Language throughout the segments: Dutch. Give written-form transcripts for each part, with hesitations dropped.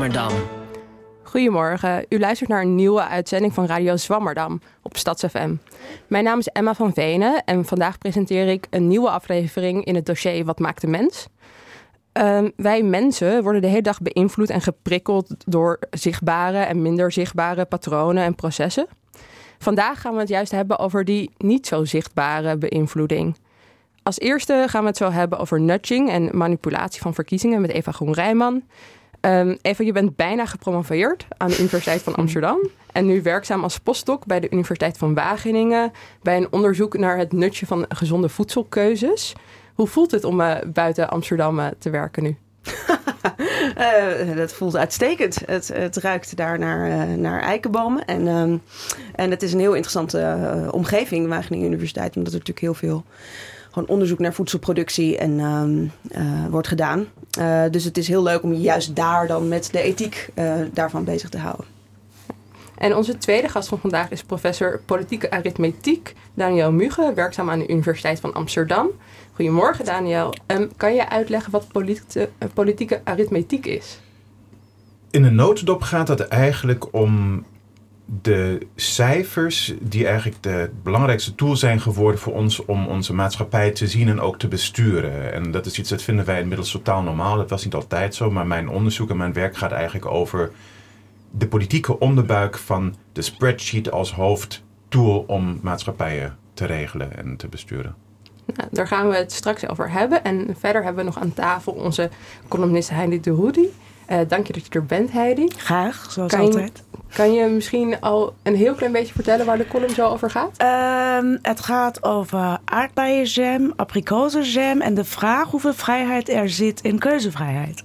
Zwammerdam. Goedemorgen, u luistert naar een nieuwe uitzending van Radio Zwammerdam op StadsFM. Mijn naam is Emma van Venen en vandaag presenteer ik een nieuwe aflevering in het dossier Wat maakt de mens? Wij mensen worden de hele dag beïnvloed en geprikkeld door zichtbare en minder zichtbare patronen en processen. Vandaag gaan we het juist hebben over die niet zo zichtbare beïnvloeding. Als eerste gaan we het zo hebben over nudging en manipulatie van verkiezingen met Eva Groen-Rijman. Eva, je bent bijna gepromoveerd aan de Universiteit van Amsterdam en nu werkzaam als postdoc bij de Universiteit van Wageningen bij een onderzoek naar het nutje van gezonde voedselkeuzes. Hoe voelt het om buiten Amsterdam te werken nu? Dat voelt uitstekend. Het ruikt daar naar eikenbomen. En het is een heel interessante omgeving, de Wageningen Universiteit. Omdat er natuurlijk heel veel gewoon onderzoek naar voedselproductie wordt gedaan. Dus het is heel leuk om juist daar dan met de ethiek daarvan bezig te houden. En onze tweede gast van vandaag is professor politieke arithmetiek Daniël Muge, werkzaam aan de Universiteit van Amsterdam. Goedemorgen Daniël. Kan je uitleggen wat politieke arithmetiek is? In een notendop gaat het eigenlijk om de cijfers die eigenlijk de belangrijkste tool zijn geworden voor ons om onze maatschappij te zien en ook te besturen. En dat is iets dat vinden wij inmiddels totaal normaal. Dat was niet altijd zo, maar mijn onderzoek en mijn werk gaat eigenlijk over de politieke onderbuik van de spreadsheet als hoofdtool om maatschappijen te regelen en te besturen. Nou, daar gaan we het straks over hebben. En verder hebben we nog aan tafel onze columnist Heidi de Hoedi. Dank je dat je er bent, Heidi. Graag, zoals altijd. Kan je misschien al een heel klein beetje vertellen waar de column zo over gaat? Het gaat over aardbeienjam, abrikozenjam en de vraag hoeveel vrijheid er zit in keuzevrijheid.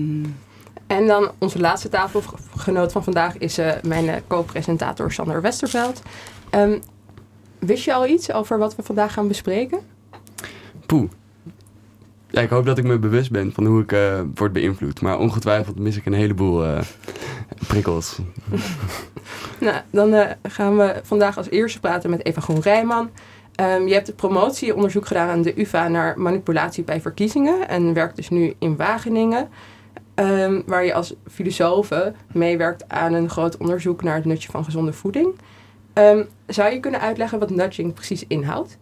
En dan onze laatste tafelgenoot van vandaag is mijn co-presentator Sander Westerveld. Wist je al iets over wat we vandaag gaan bespreken? Poeh. Ja, ik hoop dat ik me bewust ben van hoe ik word beïnvloed. Maar ongetwijfeld mis ik een heleboel prikkels. Nou, dan gaan we vandaag als eerste praten met Eva Groen-Rijman. Je hebt het promotieonderzoek gedaan aan de UvA naar manipulatie bij verkiezingen. En werkt dus nu in Wageningen. Waar je als filosofe meewerkt aan een groot onderzoek naar het nutje van gezonde voeding. Zou je kunnen uitleggen wat nudging precies inhoudt?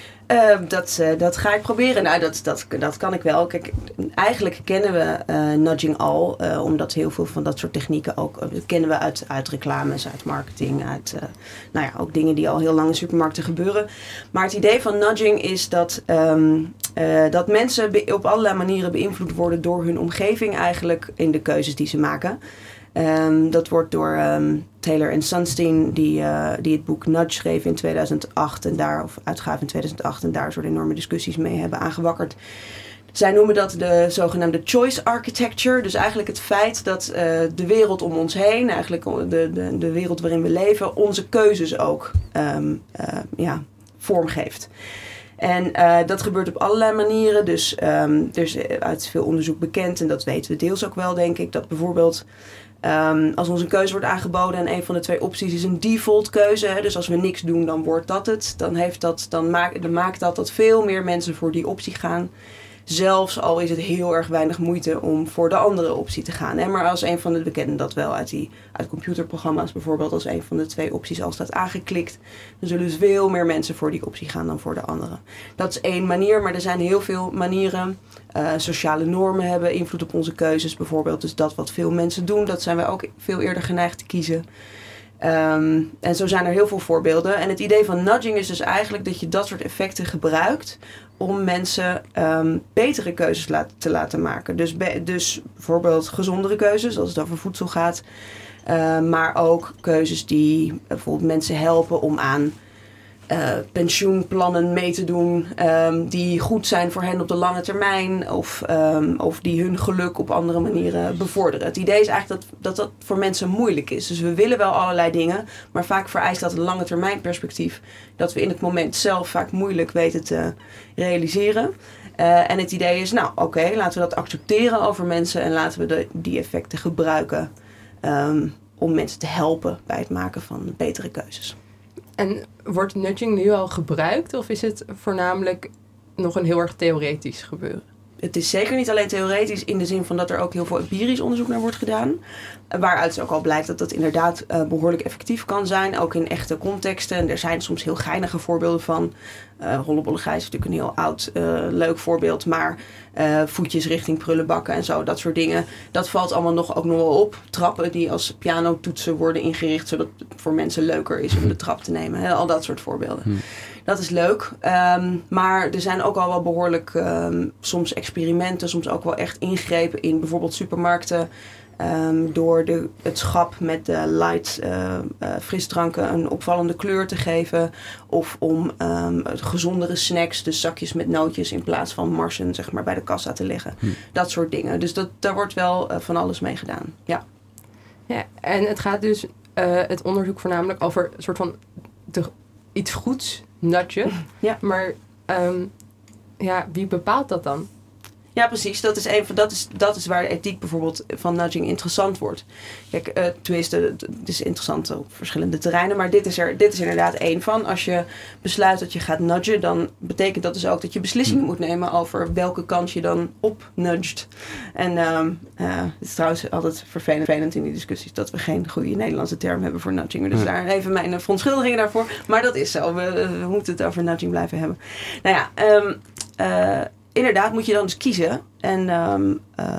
Dat ga ik proberen. Nou, dat kan ik wel. Kijk, eigenlijk kennen we nudging al. Omdat heel veel van dat soort technieken ook kennen we uit reclames, uit marketing. Uit ook dingen die al heel lang in supermarkten gebeuren. Maar het idee van nudging is dat mensen op allerlei manieren beïnvloed worden door hun omgeving eigenlijk in de keuzes die ze maken. Dat wordt door Taylor en Sunstein, die het boek Nudge schreef in 2008 uitgaven in 2008 en daar soort enorme discussies mee hebben aangewakkerd. Zij noemen dat de zogenaamde choice architecture. Dus eigenlijk het feit dat de wereld om ons heen, eigenlijk de wereld waarin we leven, onze keuzes ook vormgeeft. En dat gebeurt op allerlei manieren. Dus er is uit veel onderzoek bekend, en dat weten we deels ook wel, denk ik, dat bijvoorbeeld als ons een keuze wordt aangeboden en een van de twee opties is een default keuze. Hè, dus als we niks doen, dan wordt dat het. Dan maakt dat veel meer mensen voor die optie gaan. Zelfs al is het heel erg weinig moeite om voor de andere optie te gaan. Hè. Maar als een van de, we kennen dat wel uit computerprogramma's bijvoorbeeld, als een van de twee opties al staat aangeklikt, dan zullen dus veel meer mensen voor die optie gaan dan voor de andere. Dat is één manier, maar er zijn heel veel manieren. Sociale normen hebben invloed op onze keuzes bijvoorbeeld. Dus dat wat veel mensen doen, dat zijn wij ook veel eerder geneigd te kiezen. En zo zijn er heel veel voorbeelden. En het idee van nudging is dus eigenlijk dat je dat soort effecten gebruikt om mensen betere keuzes te laten maken. Dus bijvoorbeeld gezondere keuzes, als het over voedsel gaat. Maar ook keuzes die bijvoorbeeld mensen helpen om aan pensioenplannen mee te doen die goed zijn voor hen op de lange termijn of die hun geluk op andere manieren bevorderen. Het idee is eigenlijk dat voor mensen moeilijk is. Dus we willen wel allerlei dingen, maar vaak vereist dat een lange termijn perspectief dat we in het moment zelf vaak moeilijk weten te realiseren. En het idee is, laten we dat accepteren over mensen en laten we die effecten gebruiken om mensen te helpen bij het maken van betere keuzes. En wordt nudging nu al gebruikt of is het voornamelijk nog een heel erg theoretisch gebeuren? het is zeker niet alleen theoretisch in de zin van dat er ook heel veel empirisch onderzoek naar wordt gedaan. Waaruit ook al blijkt dat dat inderdaad behoorlijk effectief kan zijn. Ook in echte contexten. En er zijn soms heel geinige voorbeelden van. Hollebolle Gijs is natuurlijk een heel oud leuk voorbeeld. Maar voetjes richting prullenbakken en zo. Dat soort dingen. Dat valt allemaal ook nog wel op. Trappen die als pianotoetsen worden ingericht. Zodat het voor mensen leuker is om de trap te nemen. Hè? Al dat soort voorbeelden. Dat is leuk. Maar er zijn ook al wel behoorlijk soms experimenten. Soms ook wel echt ingrepen in bijvoorbeeld supermarkten. Door het schap met de light frisdranken een opvallende kleur te geven. Of om gezondere snacks, dus zakjes met nootjes in plaats van marsen zeg maar, bij de kassa te leggen. Dat soort dingen. Dus daar wordt wel van alles mee gedaan. Ja. Ja, en het gaat dus het onderzoek voornamelijk over een soort van iets goeds nudgen. Ja. Maar wie bepaalt dat dan? Ja, precies. Dat is waar de ethiek bijvoorbeeld van nudging interessant wordt. Kijk, tenminste, het is interessant op verschillende terreinen. Maar dit is inderdaad één van. Als je besluit dat je gaat nudgen, dan betekent dat dus ook dat je beslissingen moet nemen over welke kant je dan op nudgt. En het is trouwens altijd vervelend in die discussies dat we geen goede Nederlandse term hebben voor nudging. Dus daar even mijn verontschuldigingen daarvoor. Maar dat is zo. We moeten het over nudging blijven hebben. Nou ja, inderdaad moet je dan dus kiezen. En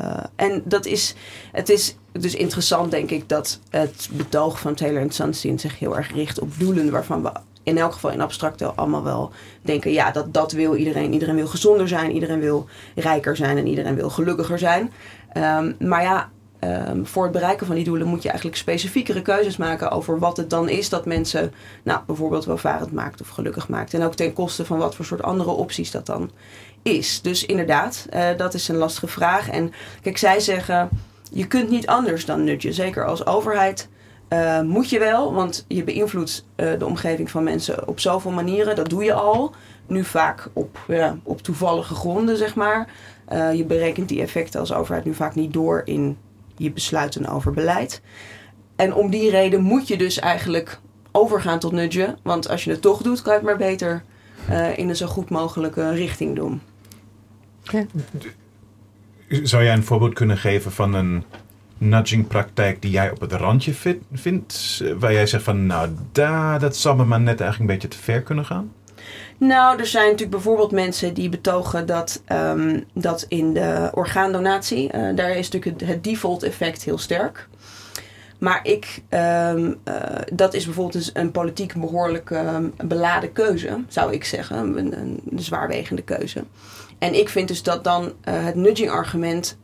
het is dus interessant, denk ik, dat het betoog van Taylor en Sunstein zich heel erg richt op doelen waarvan we in elk geval in abstracte allemaal wel denken, ja, dat wil iedereen. Iedereen wil gezonder zijn, iedereen wil rijker zijn en iedereen wil gelukkiger zijn. Maar ja, voor het bereiken van die doelen moet je eigenlijk specifiekere keuzes maken over wat het dan is dat mensen bijvoorbeeld welvarend maakt of gelukkig maakt. En ook ten koste van wat voor soort andere opties dat dan is. Dus inderdaad, dat is een lastige vraag. En kijk, zij zeggen, je kunt niet anders dan nudgen. Zeker als overheid moet je wel, want je beïnvloedt de omgeving van mensen op zoveel manieren. Dat doe je al. Nu vaak op toevallige gronden, zeg maar. Je berekent die effecten als overheid nu vaak niet door in je besluiten over beleid. En om die reden moet je dus eigenlijk overgaan tot nudgen. Want als je het toch doet, kan je het maar beter in een zo goed mogelijke richting doen. Ja. Zou jij een voorbeeld kunnen geven van een nudging-praktijk die jij op het randje vindt? Waar jij zegt van, dat zal me maar net eigenlijk een beetje te ver kunnen gaan? Nou, er zijn natuurlijk bijvoorbeeld mensen die betogen dat in de orgaandonatie, daar is natuurlijk het default effect heel sterk. Maar dat is bijvoorbeeld een politiek behoorlijk beladen keuze, zou ik zeggen. Een zwaarwegende keuze. En ik vind dus dat dan het nudging-argument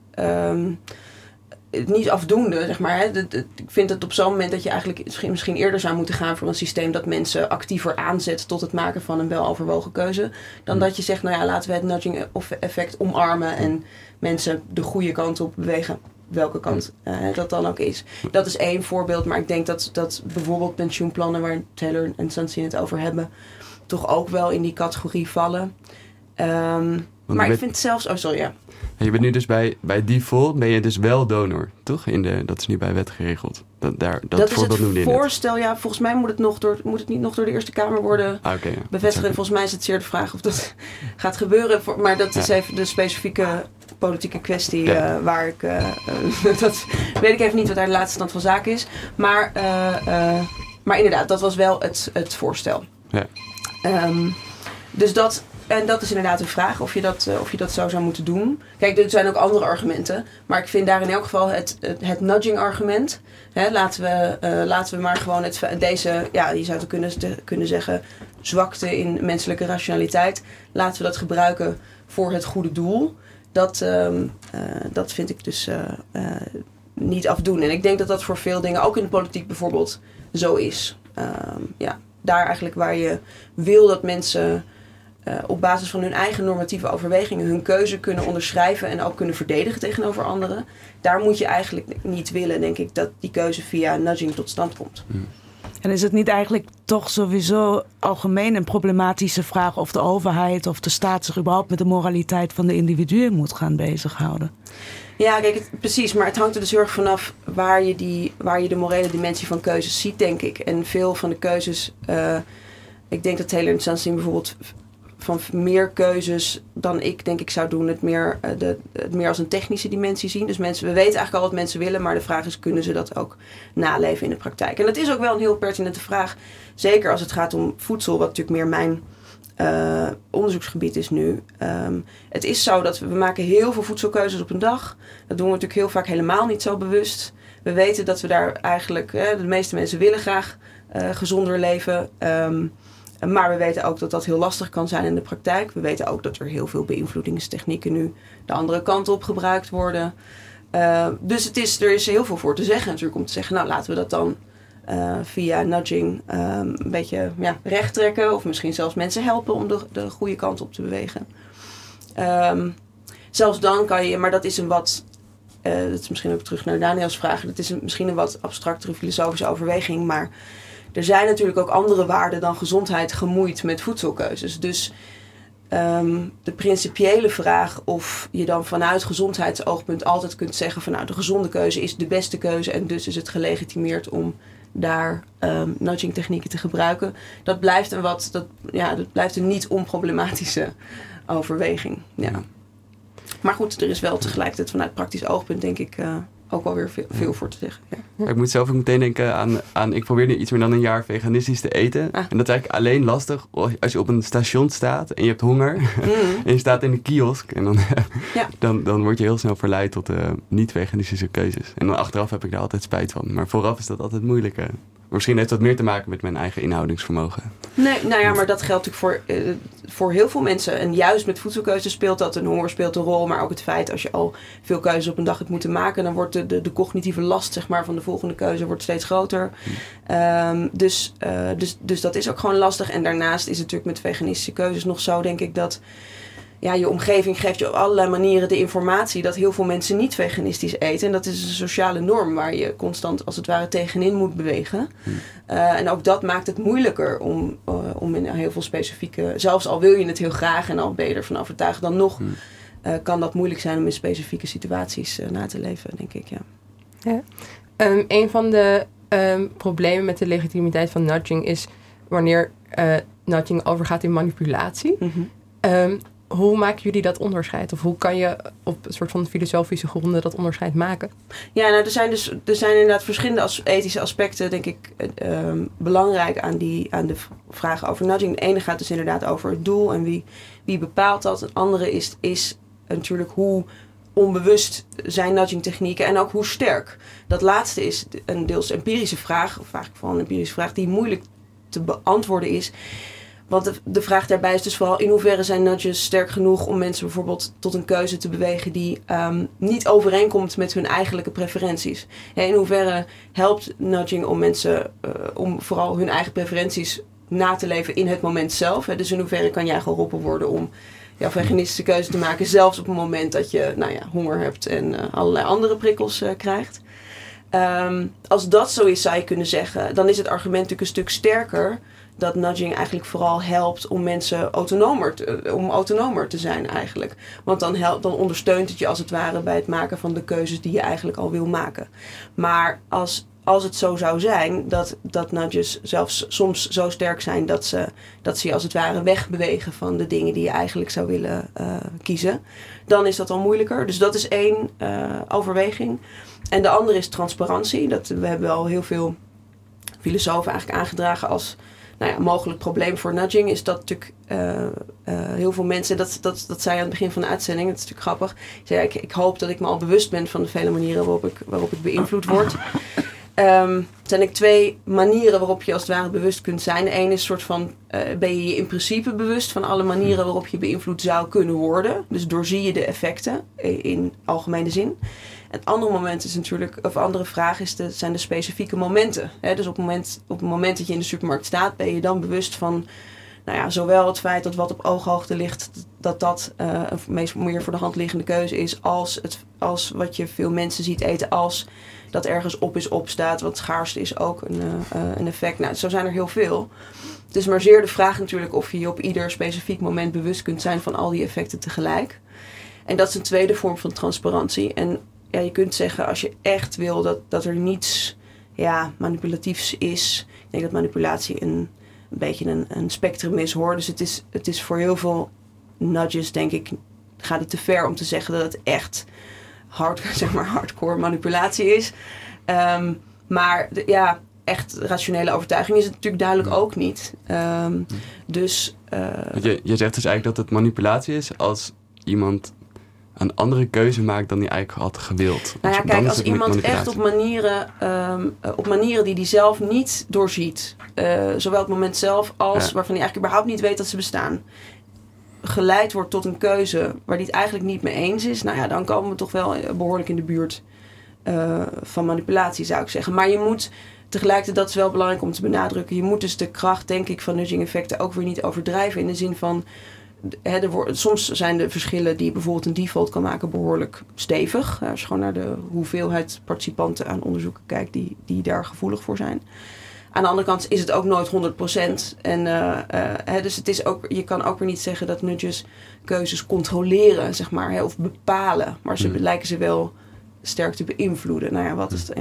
niet afdoende, zeg maar. Hè. Ik vind het op zo'n moment dat je eigenlijk misschien eerder zou moeten gaan voor een systeem dat mensen actiever aanzet tot het maken van een weloverwogen keuze. Dan dat je zegt, laten we het nudging-effect omarmen en mensen de goede kant op bewegen. Welke kant dat dan ook is. Dat is één voorbeeld, maar ik denk dat bijvoorbeeld pensioenplannen waar Taylor en Sunstein het over hebben, toch ook wel in die categorie vallen. Maar ik vind zelfs... Oh, sorry, ja. Je bent nu dus bij default ben je dus wel donor, toch? Dat is nu bij wet geregeld. Dat is het voorstel, ja. Volgens mij moet het niet nog door de Eerste Kamer worden bevestigd. En volgens mij is het zeer de vraag of dat gaat gebeuren. Maar dat is even de specifieke politieke kwestie waar ik... dat weet ik even niet wat daar de laatste stand van zaken is. Maar inderdaad, dat was wel het voorstel. Ja. Dus dat... En dat is inderdaad een vraag of je dat zo zou moeten doen. Kijk, er zijn ook andere argumenten. Maar ik vind daar in elk geval het nudging argument. Laten we maar gewoon je zou het kunnen zeggen, zwakte in menselijke rationaliteit. Laten we dat gebruiken voor het goede doel. Dat vind ik dus niet afdoen. En ik denk dat dat voor veel dingen, ook in de politiek bijvoorbeeld, zo is. Daar eigenlijk waar je wil dat mensen op basis van hun eigen normatieve overwegingen hun keuze kunnen onderschrijven en ook kunnen verdedigen tegenover anderen. Daar moet je eigenlijk niet willen, denk ik, dat die keuze via nudging tot stand komt. En is het niet eigenlijk toch sowieso algemeen een problematische vraag of de overheid of de staat zich überhaupt met de moraliteit van de individuen moet gaan bezighouden? Ja, kijk, precies. Maar het hangt er dus heel erg vanaf waar je de morele dimensie van keuzes ziet, denk ik. En veel van de keuzes, ik denk dat Taylor en Sunstein bijvoorbeeld van meer keuzes dan ik denk ik zou doen. Het meer als een technische dimensie zien. Dus we weten eigenlijk al wat mensen willen, maar de vraag is, kunnen ze dat ook naleven in de praktijk? En dat is ook wel een heel pertinente vraag. Zeker als het gaat om voedsel, wat natuurlijk meer mijn onderzoeksgebied is nu. Het is zo dat we maken heel veel voedselkeuzes op een dag. Dat doen we natuurlijk heel vaak helemaal niet zo bewust. We weten dat we daar eigenlijk, de meeste mensen willen graag gezonder leven. Maar we weten ook dat dat heel lastig kan zijn in de praktijk. We weten ook dat er heel veel beïnvloedingstechnieken nu de andere kant op gebruikt worden. Dus er is heel veel voor te zeggen natuurlijk, om te zeggen, nou laten we dat dan via nudging een beetje recht trekken. Of misschien zelfs mensen helpen om de goede kant op te bewegen. Zelfs dan kan je, maar dat is dat is misschien ook terug naar Daniels vraag. Dat is misschien een wat abstractere filosofische overweging. Maar er zijn natuurlijk ook andere waarden dan gezondheid gemoeid met voedselkeuzes. Dus de principiële vraag of je dan vanuit gezondheidsoogpunt altijd kunt zeggen van nou, de gezonde keuze is de beste keuze en dus is het gelegitimeerd om daar nudging technieken te gebruiken. Dat blijft dat blijft een niet onproblematische overweging. Ja. Maar goed, er is wel tegelijkertijd vanuit praktisch oogpunt denk ik ook wel weer veel voor te zeggen. Ja. Ik moet zelf ook meteen denken aan ik probeer nu iets meer dan een jaar veganistisch te eten. En dat is eigenlijk alleen lastig als je op een station staat en je hebt honger. En je staat in de kiosk. En dan word je heel snel verleid tot niet-veganistische keuzes. En dan achteraf heb ik daar altijd spijt van. Maar vooraf is dat altijd moeilijk. Misschien heeft dat meer te maken met mijn eigen inhoudingsvermogen. Nee, maar dat geldt natuurlijk voor heel veel mensen. En juist met voedselkeuzes speelt dat. En honger speelt een rol. Maar ook het feit als je al veel keuzes op een dag hebt moeten maken. Dan wordt de cognitieve last zeg maar, van de volgende keuze wordt steeds groter. Dus dat is ook gewoon lastig. En daarnaast is het natuurlijk met veganistische keuzes nog zo denk ik dat je omgeving geeft je op allerlei manieren de informatie dat heel veel mensen niet veganistisch eten. En dat is een sociale norm waar je constant als het ware tegenin moet bewegen. En ook dat maakt het moeilijker om in heel veel specifieke, zelfs al wil je het heel graag en al ben je ervan overtuigd, dan nog kan dat moeilijk zijn om in specifieke situaties na te leven, denk ik. Ja. Een van de problemen met de legitimiteit van nudging is wanneer nudging overgaat in manipulatie. Hoe maken jullie dat onderscheid? Of hoe kan je op een soort van filosofische gronden dat onderscheid maken? Ja, nou, er zijn inderdaad verschillende ethische aspecten, denk ik, belangrijk aan de vraag over nudging. De ene gaat dus inderdaad over het doel en wie bepaalt dat. Het andere is natuurlijk hoe onbewust zijn nudging technieken en ook hoe sterk. Dat laatste is een deels empirische vraag, of eigenlijk vooral een empirische vraag die moeilijk te beantwoorden is. Want de vraag daarbij is dus vooral in hoeverre zijn nudges sterk genoeg om mensen bijvoorbeeld tot een keuze te bewegen die niet overeenkomt met hun eigenlijke preferenties. In hoeverre helpt nudging om mensen om vooral hun eigen preferenties na te leven in het moment zelf. Dus in hoeverre kan jij geholpen worden om veganistische keuze te maken, zelfs op het moment dat je honger hebt en allerlei andere prikkels krijgt. Als dat zo is, zou je kunnen zeggen, dan is het argument natuurlijk een stuk sterker dat nudging eigenlijk vooral helpt om mensen autonomer te zijn eigenlijk. Want dan ondersteunt het je als het ware bij het maken van de keuzes die je eigenlijk al wil maken. Maar als het zo zou zijn dat nudges zelfs soms zo sterk zijn dat ze je als het ware wegbewegen van de dingen die je eigenlijk zou willen kiezen, dan is dat al moeilijker. Dus dat is één overweging. En de andere is transparantie. We hebben al heel veel filosofen eigenlijk aangedragen als mogelijk probleem voor nudging is dat natuurlijk heel veel mensen, dat zei je aan het begin van de uitzending, dat is natuurlijk grappig. Ik hoop dat ik me al bewust ben van de vele manieren waarop ik beïnvloed word. Er zijn ook twee manieren waarop je als het ware bewust kunt zijn. De ene is een soort van, ben je in principe bewust van alle manieren waarop je beïnvloed zou kunnen worden. Dus doorzie je de effecten in algemene zin. Het andere moment is natuurlijk, of andere vraag zijn de specifieke momenten. Dus op het moment dat je in de supermarkt staat, ben je dan bewust van zowel het feit dat wat op ooghoogte ligt, dat een meest meer voor de hand liggende keuze is, als wat je veel mensen ziet eten, als dat ergens op staat, wat schaarste is ook een effect. Zo zijn er heel veel. Het is maar zeer de vraag natuurlijk of je op ieder specifiek moment bewust kunt zijn van al die effecten tegelijk. En dat is een tweede vorm van transparantie. En je kunt zeggen, als je echt wil dat er niets manipulatiefs is. Ik denk dat manipulatie beetje een spectrum is, hoor. Dus het is voor heel veel nudges, denk ik, gaat het te ver om te zeggen dat het echt hardcore manipulatie is. Maar echt rationele overtuiging is het natuurlijk duidelijk ook niet. Dus... Je zegt dus eigenlijk dat het manipulatie is als iemand een andere keuze maakt dan hij eigenlijk had gewild. Nou ja, kijk, als iemand echt op manieren die hij zelf niet doorziet, zowel het moment zelf als waarvan hij eigenlijk überhaupt niet weet dat ze bestaan, geleid wordt tot een keuze waar hij het eigenlijk niet mee eens is, nou ja, dan komen we toch wel behoorlijk in de buurt van manipulatie, zou ik zeggen. Maar je moet tegelijkertijd, dat is wel belangrijk om te benadrukken, je moet dus de kracht, denk ik, van nudging effecten ook weer niet overdrijven in de zin van, soms zijn de verschillen die bijvoorbeeld een default kan maken behoorlijk stevig. Als je gewoon naar de hoeveelheid participanten aan onderzoeken kijkt die daar gevoelig voor zijn. Aan de andere kant is het ook nooit 100%. En, dus het is ook, je kan ook weer niet zeggen dat nudges keuzes controleren, zeg maar, of bepalen. Maar ze lijken ze wel sterk te beïnvloeden. Nou ja, wat is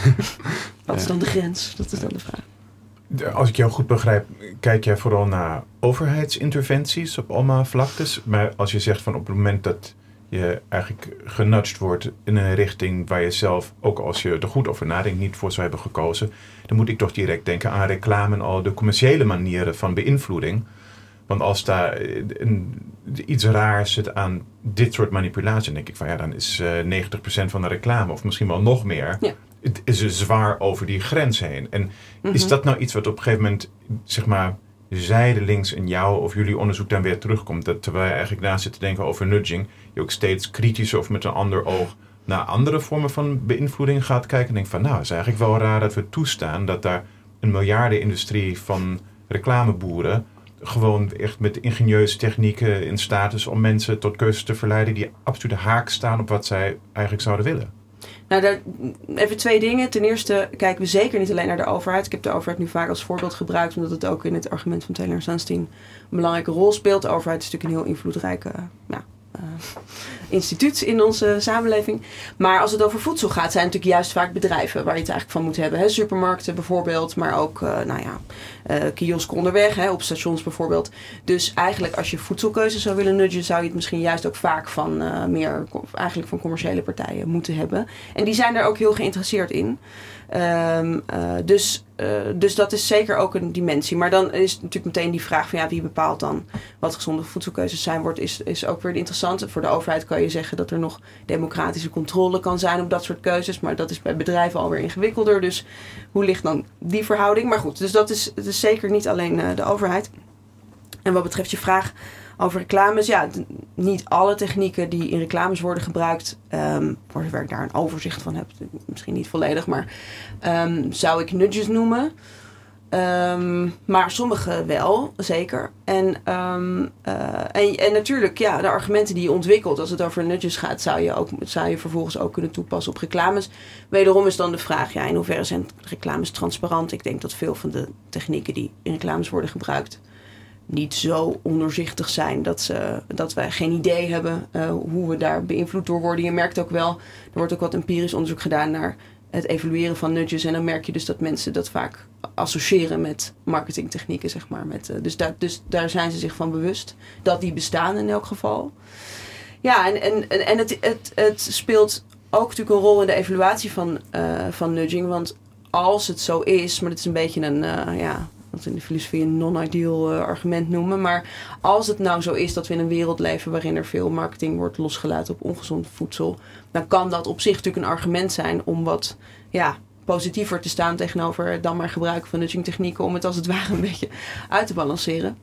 dan de grens? Dat is dan de vraag. Als ik jou goed begrijp, kijk jij vooral naar overheidsinterventies op allemaal vlaktes. Maar als je zegt van op het moment dat je eigenlijk genudged wordt in een richting waar je zelf, ook als je er goed over nadenkt, niet voor zou hebben gekozen, dan moet ik toch direct denken aan reclame en al de commerciële manieren van beïnvloeding. Want als daar iets raars zit aan dit soort manipulatie, dan denk ik van ja, dan is 90% van de reclame, of misschien wel nog meer, het is er zwaar over die grens heen. En is dat nou iets wat op een gegeven moment, zeg maar, zijdelings in jou of jullie onderzoek dan weer terugkomt? Dat terwijl je eigenlijk na zit te denken over nudging, je ook steeds kritischer of met een ander oog naar andere vormen van beïnvloeding gaat kijken en denkt van nou, het is eigenlijk wel raar dat we toestaan dat daar een miljardenindustrie van reclameboeren gewoon echt met ingenieuze technieken in staat is om mensen tot keuzes te verleiden die absoluut haak staan op wat zij eigenlijk zouden willen. Nou, even 2 dingen. Ten eerste kijken we zeker niet alleen naar de overheid. Ik heb de overheid nu vaak als voorbeeld gebruikt, omdat het ook in het argument van Taylor en Sunstein een belangrijke rol speelt. De overheid is natuurlijk een heel invloedrijke instituut in onze samenleving. Maar als het over voedsel gaat, zijn het natuurlijk juist vaak bedrijven waar je het eigenlijk van moet hebben. Hè? Supermarkten bijvoorbeeld, maar ook kiosken onderweg, op stations bijvoorbeeld. Dus eigenlijk als je voedselkeuzes zou willen nudgen, zou je het misschien juist ook vaak van eigenlijk van commerciële partijen moeten hebben. En die zijn daar ook heel geïnteresseerd in. Dus dat is zeker ook een dimensie. Maar dan is natuurlijk meteen die vraag van wie bepaalt dan wat gezonde voedselkeuzes zijn wordt, is ook weer de interessante. Voor de overheid kan je zeggen dat er nog democratische controle kan zijn op dat soort keuzes. Maar dat is bij bedrijven alweer ingewikkelder. Dus hoe ligt dan die verhouding? Maar goed, dus het is zeker niet alleen de overheid. En wat betreft je vraag over reclames, niet alle technieken die in reclames worden gebruikt, voor zover ik daar een overzicht van heb, misschien niet volledig, maar zou ik nudges noemen. Maar sommige wel, zeker. En natuurlijk, de argumenten die je ontwikkelt als het over nudges gaat, zou je vervolgens ook kunnen toepassen op reclames. Wederom is dan de vraag, in hoeverre zijn reclames transparant? Ik denk dat veel van de technieken die in reclames worden gebruikt niet zo onderzichtig zijn dat wij geen idee hebben hoe we daar beïnvloed door worden. Je merkt ook wel, er wordt ook wat empirisch onderzoek gedaan naar het evalueren van nudges. En dan merk je dus dat mensen dat vaak associëren met marketingtechnieken, zeg maar. Dus daar zijn ze zich van bewust dat die bestaan in elk geval. Ja, en het speelt ook natuurlijk een rol in de evaluatie van nudging. Want als het zo is, maar dit is een beetje wat in de filosofie een non-ideal argument noemen. Maar als het nou zo is dat we in een wereld leven waarin er veel marketing wordt losgelaten op ongezond voedsel, dan kan dat op zich natuurlijk een argument zijn om wat positiever te staan tegenover dan maar gebruiken van nudging technieken om het als het ware een beetje uit te balanceren.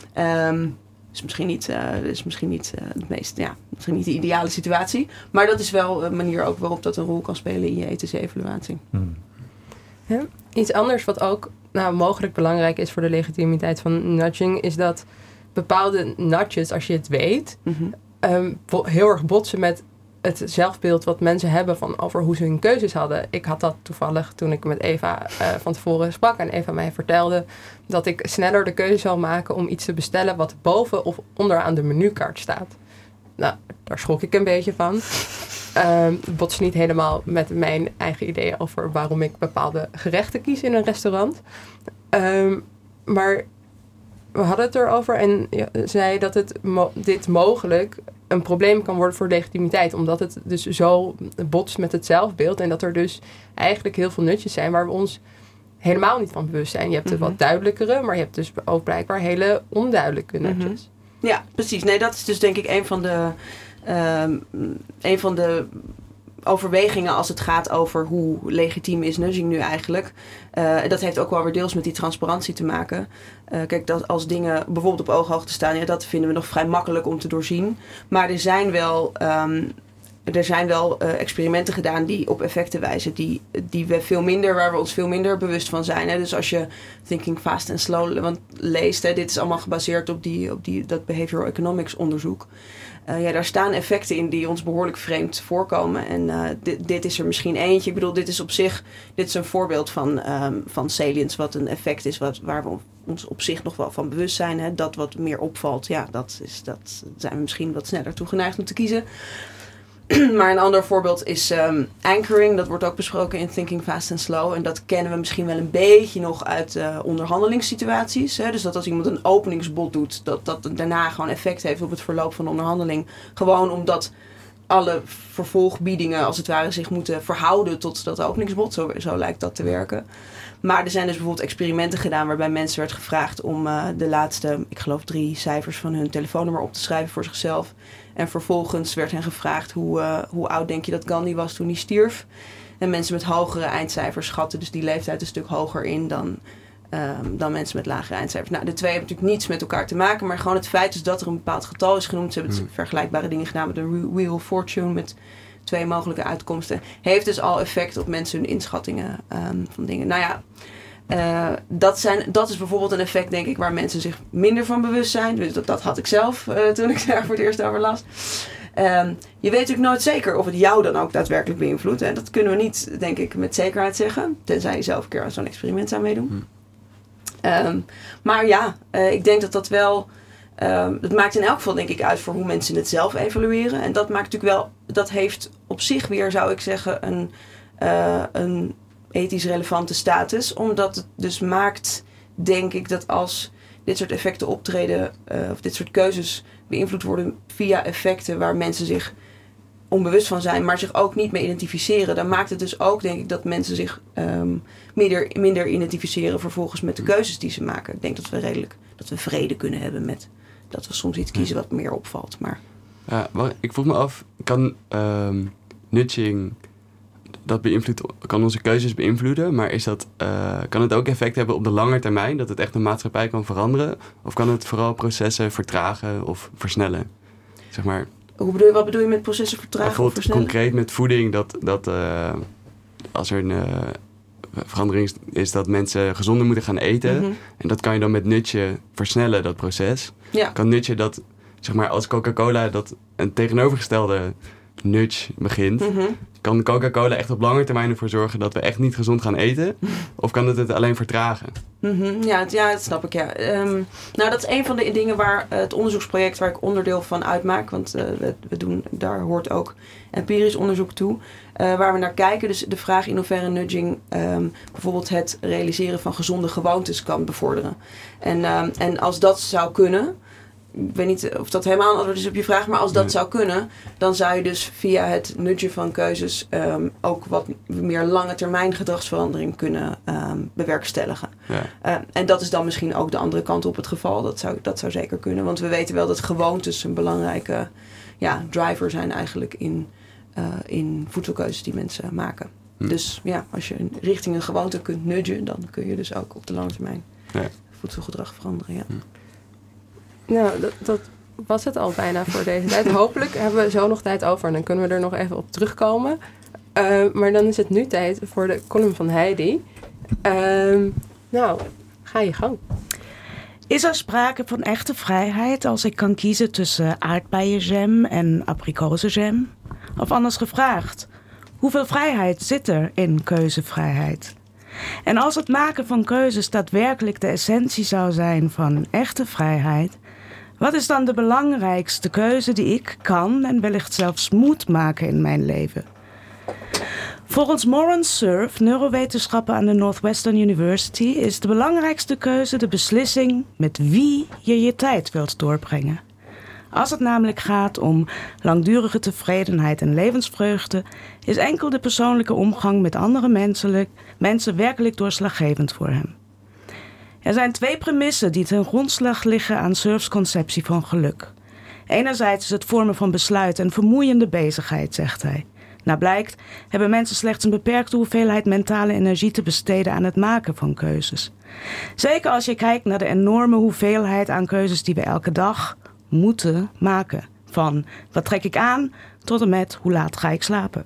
Is misschien niet het meest, misschien niet de ideale situatie. Maar dat is wel een manier ook waarop dat een rol kan spelen in je ethische evaluatie. Ja, iets anders wat ook mogelijk belangrijk is voor de legitimiteit van nudging, is dat bepaalde nudges, als je het weet, heel erg botsen met het zelfbeeld wat mensen hebben over hoe ze hun keuzes hadden. Ik had dat toevallig toen ik met Eva van tevoren sprak en Eva mij vertelde dat ik sneller de keuze zal maken om iets te bestellen wat boven of onderaan de menukaart staat. Nou, daar schrok ik een beetje van. Het botst niet helemaal met mijn eigen ideeën over waarom ik bepaalde gerechten kies in een restaurant. Maar we hadden het erover en zei dat dit mogelijk een probleem kan worden voor legitimiteit. Omdat het dus zo botst met het zelfbeeld. En dat er dus eigenlijk heel veel nutjes zijn waar we ons helemaal niet van bewust zijn. Je hebt de wat duidelijkere, maar je hebt dus ook blijkbaar hele onduidelijke nutjes. Ja, precies. Nee, dat is dus denk ik een van de overwegingen als het gaat over hoe legitiem is nudging nu eigenlijk. Dat heeft ook wel weer deels met die transparantie te maken. Kijk, dat als dingen bijvoorbeeld op ooghoogte staan, dat vinden we nog vrij makkelijk om te doorzien. Maar er zijn wel experimenten gedaan die op effecten wijzen waar we ons veel minder bewust van zijn. Hè. Dus als je Thinking Fast and Slow leest, dit is allemaal gebaseerd op dat behavioral economics onderzoek. Daar staan effecten in die ons behoorlijk vreemd voorkomen. En dit is er misschien eentje. Ik bedoel, dit is een voorbeeld van salience, wat een effect is waar we ons op zich nog wel van bewust zijn. Hè. Dat wat meer opvalt, dat zijn we misschien wat sneller toegeneigd om te kiezen. Maar een ander voorbeeld is anchoring. Dat wordt ook besproken in Thinking Fast and Slow. En dat kennen we misschien wel een beetje nog uit onderhandelingssituaties. Hè? Dus dat als iemand een openingsbod doet, dat daarna gewoon effect heeft op het verloop van de onderhandeling. Gewoon omdat alle vervolgbiedingen als het ware zich moeten verhouden tot dat openingsbod. Zo lijkt dat te werken. Maar er zijn dus bijvoorbeeld experimenten gedaan waarbij mensen werd gevraagd om de laatste, ik geloof 3 cijfers van hun telefoonnummer op te schrijven voor zichzelf. En vervolgens werd hen gevraagd hoe oud denk je dat Gandhi was toen hij stierf. En mensen met hogere eindcijfers schatten dus die leeftijd een stuk hoger in dan mensen met lagere eindcijfers. Nou, de twee hebben natuurlijk niets met elkaar te maken, maar gewoon het feit is dat er een bepaald getal is genoemd. Ze hebben vergelijkbare dingen gedaan met de Wheel of Fortune met 2 mogelijke uitkomsten. Heeft dus al effect op mensen hun inschattingen van dingen. Nou ja, dat is bijvoorbeeld een effect, denk ik, waar mensen zich minder van bewust zijn. Dus dat had ik zelf toen ik daar voor het eerst over las. Je weet natuurlijk nooit zeker of het jou dan ook daadwerkelijk beïnvloedt. En dat kunnen we niet, denk ik, met zekerheid zeggen. Tenzij je zelf een keer aan zo'n experiment zou meedoen. Maar ja, ik denk dat wel. Het maakt in elk geval, denk ik, uit voor hoe mensen het zelf evalueren. En dat maakt natuurlijk wel. Dat heeft op zich weer, zou ik zeggen, een ethisch relevante status. Omdat het dus maakt, denk ik, dat als dit soort effecten optreden, of dit soort keuzes beïnvloed worden via effecten waar mensen zich onbewust van zijn, maar zich ook niet mee identificeren, dan maakt het dus ook, denk ik, dat mensen zich minder identificeren vervolgens met de keuzes die ze maken. Ik denk dat we vrede kunnen hebben met dat we soms iets kiezen wat meer opvalt. Maar ja, ik vroeg me af, kan nudging kan onze keuzes beïnvloeden, maar kan het ook effect hebben op de lange termijn, dat het echt een maatschappij kan veranderen? Of kan het vooral processen vertragen of versnellen? Zeg maar. Wat bedoel je met processen vertragen bijvoorbeeld of versnellen? Concreet met voeding, dat als er een verandering is dat mensen gezonder moeten gaan eten, en dat kan je dan met nudgen versnellen, dat proces. Ja. Kan nudgen dat, zeg maar, als Coca-Cola dat een tegenovergestelde nudge begint, kan Coca-Cola echt op lange termijn ervoor zorgen dat we echt niet gezond gaan eten? Of kan het alleen vertragen? Ja, dat snap ik, ja. Nou, dat is een van de dingen waar het onderzoeksproject waar ik onderdeel van uitmaak, want daar hoort ook empirisch onderzoek toe, waar we naar kijken. Dus de vraag in hoeverre nudging bijvoorbeeld het realiseren van gezonde gewoontes kan bevorderen. En als dat zou kunnen, ik weet niet of dat helemaal een antwoord is op je vraag, maar als dat zou kunnen, dan zou je dus via het nudgen van keuzes ook wat meer lange termijn gedragsverandering kunnen bewerkstelligen. Ja. En dat is dan misschien ook de andere kant op het geval. Dat zou zeker kunnen, want we weten wel dat gewoontes een belangrijke driver zijn eigenlijk in voedselkeuzes die mensen maken. Dus ja, als je richting een gewoonte kunt nudgen, dan kun je dus ook op de lange termijn voedselgedrag veranderen. Ja. Nou, dat was het al bijna voor deze tijd. Hopelijk hebben we zo nog tijd over en dan kunnen we er nog even op terugkomen. Maar dan is het nu tijd voor de column van Heidi. Nou, ga je gang. Is er sprake van echte vrijheid als ik kan kiezen tussen aardbeienjam en abrikozenjam? Of anders gevraagd, hoeveel vrijheid zit er in keuzevrijheid? En als het maken van keuzes daadwerkelijk de essentie zou zijn van echte vrijheid, wat is dan de belangrijkste keuze die ik kan en wellicht zelfs moet maken in mijn leven? Volgens Moran Cerf, neurowetenschapper aan de Northwestern University, is de belangrijkste keuze de beslissing met wie je je tijd wilt doorbrengen. Als het namelijk gaat om langdurige tevredenheid en levensvreugde, is enkel de persoonlijke omgang met andere mensen werkelijk doorslaggevend voor hem. Er zijn 2 premissen die ten grondslag liggen aan Cerfs conceptie van geluk. Enerzijds is het vormen van besluiten een vermoeiende bezigheid, zegt hij. Naar blijkt hebben mensen slechts een beperkte hoeveelheid mentale energie te besteden aan het maken van keuzes. Zeker als je kijkt naar de enorme hoeveelheid aan keuzes die we elke dag moeten maken. Van wat trek ik aan tot en met hoe laat ga ik slapen.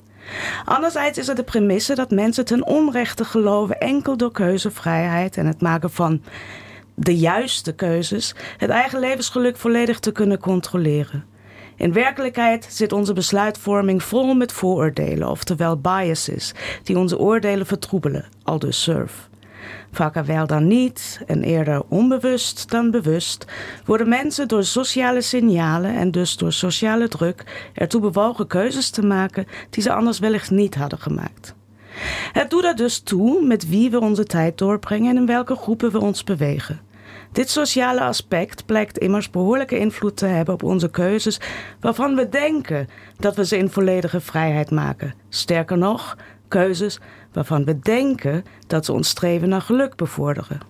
Anderzijds is er de premisse dat mensen ten onrechte geloven enkel door keuzevrijheid en het maken van de juiste keuzes het eigen levensgeluk volledig te kunnen controleren. In werkelijkheid zit onze besluitvorming vol met vooroordelen, oftewel biases, die onze oordelen vertroebelen, aldus Cerf. Vaker wel dan niet, en eerder onbewust dan bewust, worden mensen door sociale signalen en dus door sociale druk ertoe bewogen keuzes te maken die ze anders wellicht niet hadden gemaakt. Het doet er dus toe met wie we onze tijd doorbrengen en in welke groepen we ons bewegen. Dit sociale aspect blijkt immers behoorlijke invloed te hebben op onze keuzes, waarvan we denken dat we ze in volledige vrijheid maken. Sterker nog, keuzes waarvan we denken dat ze ons streven naar geluk bevorderen.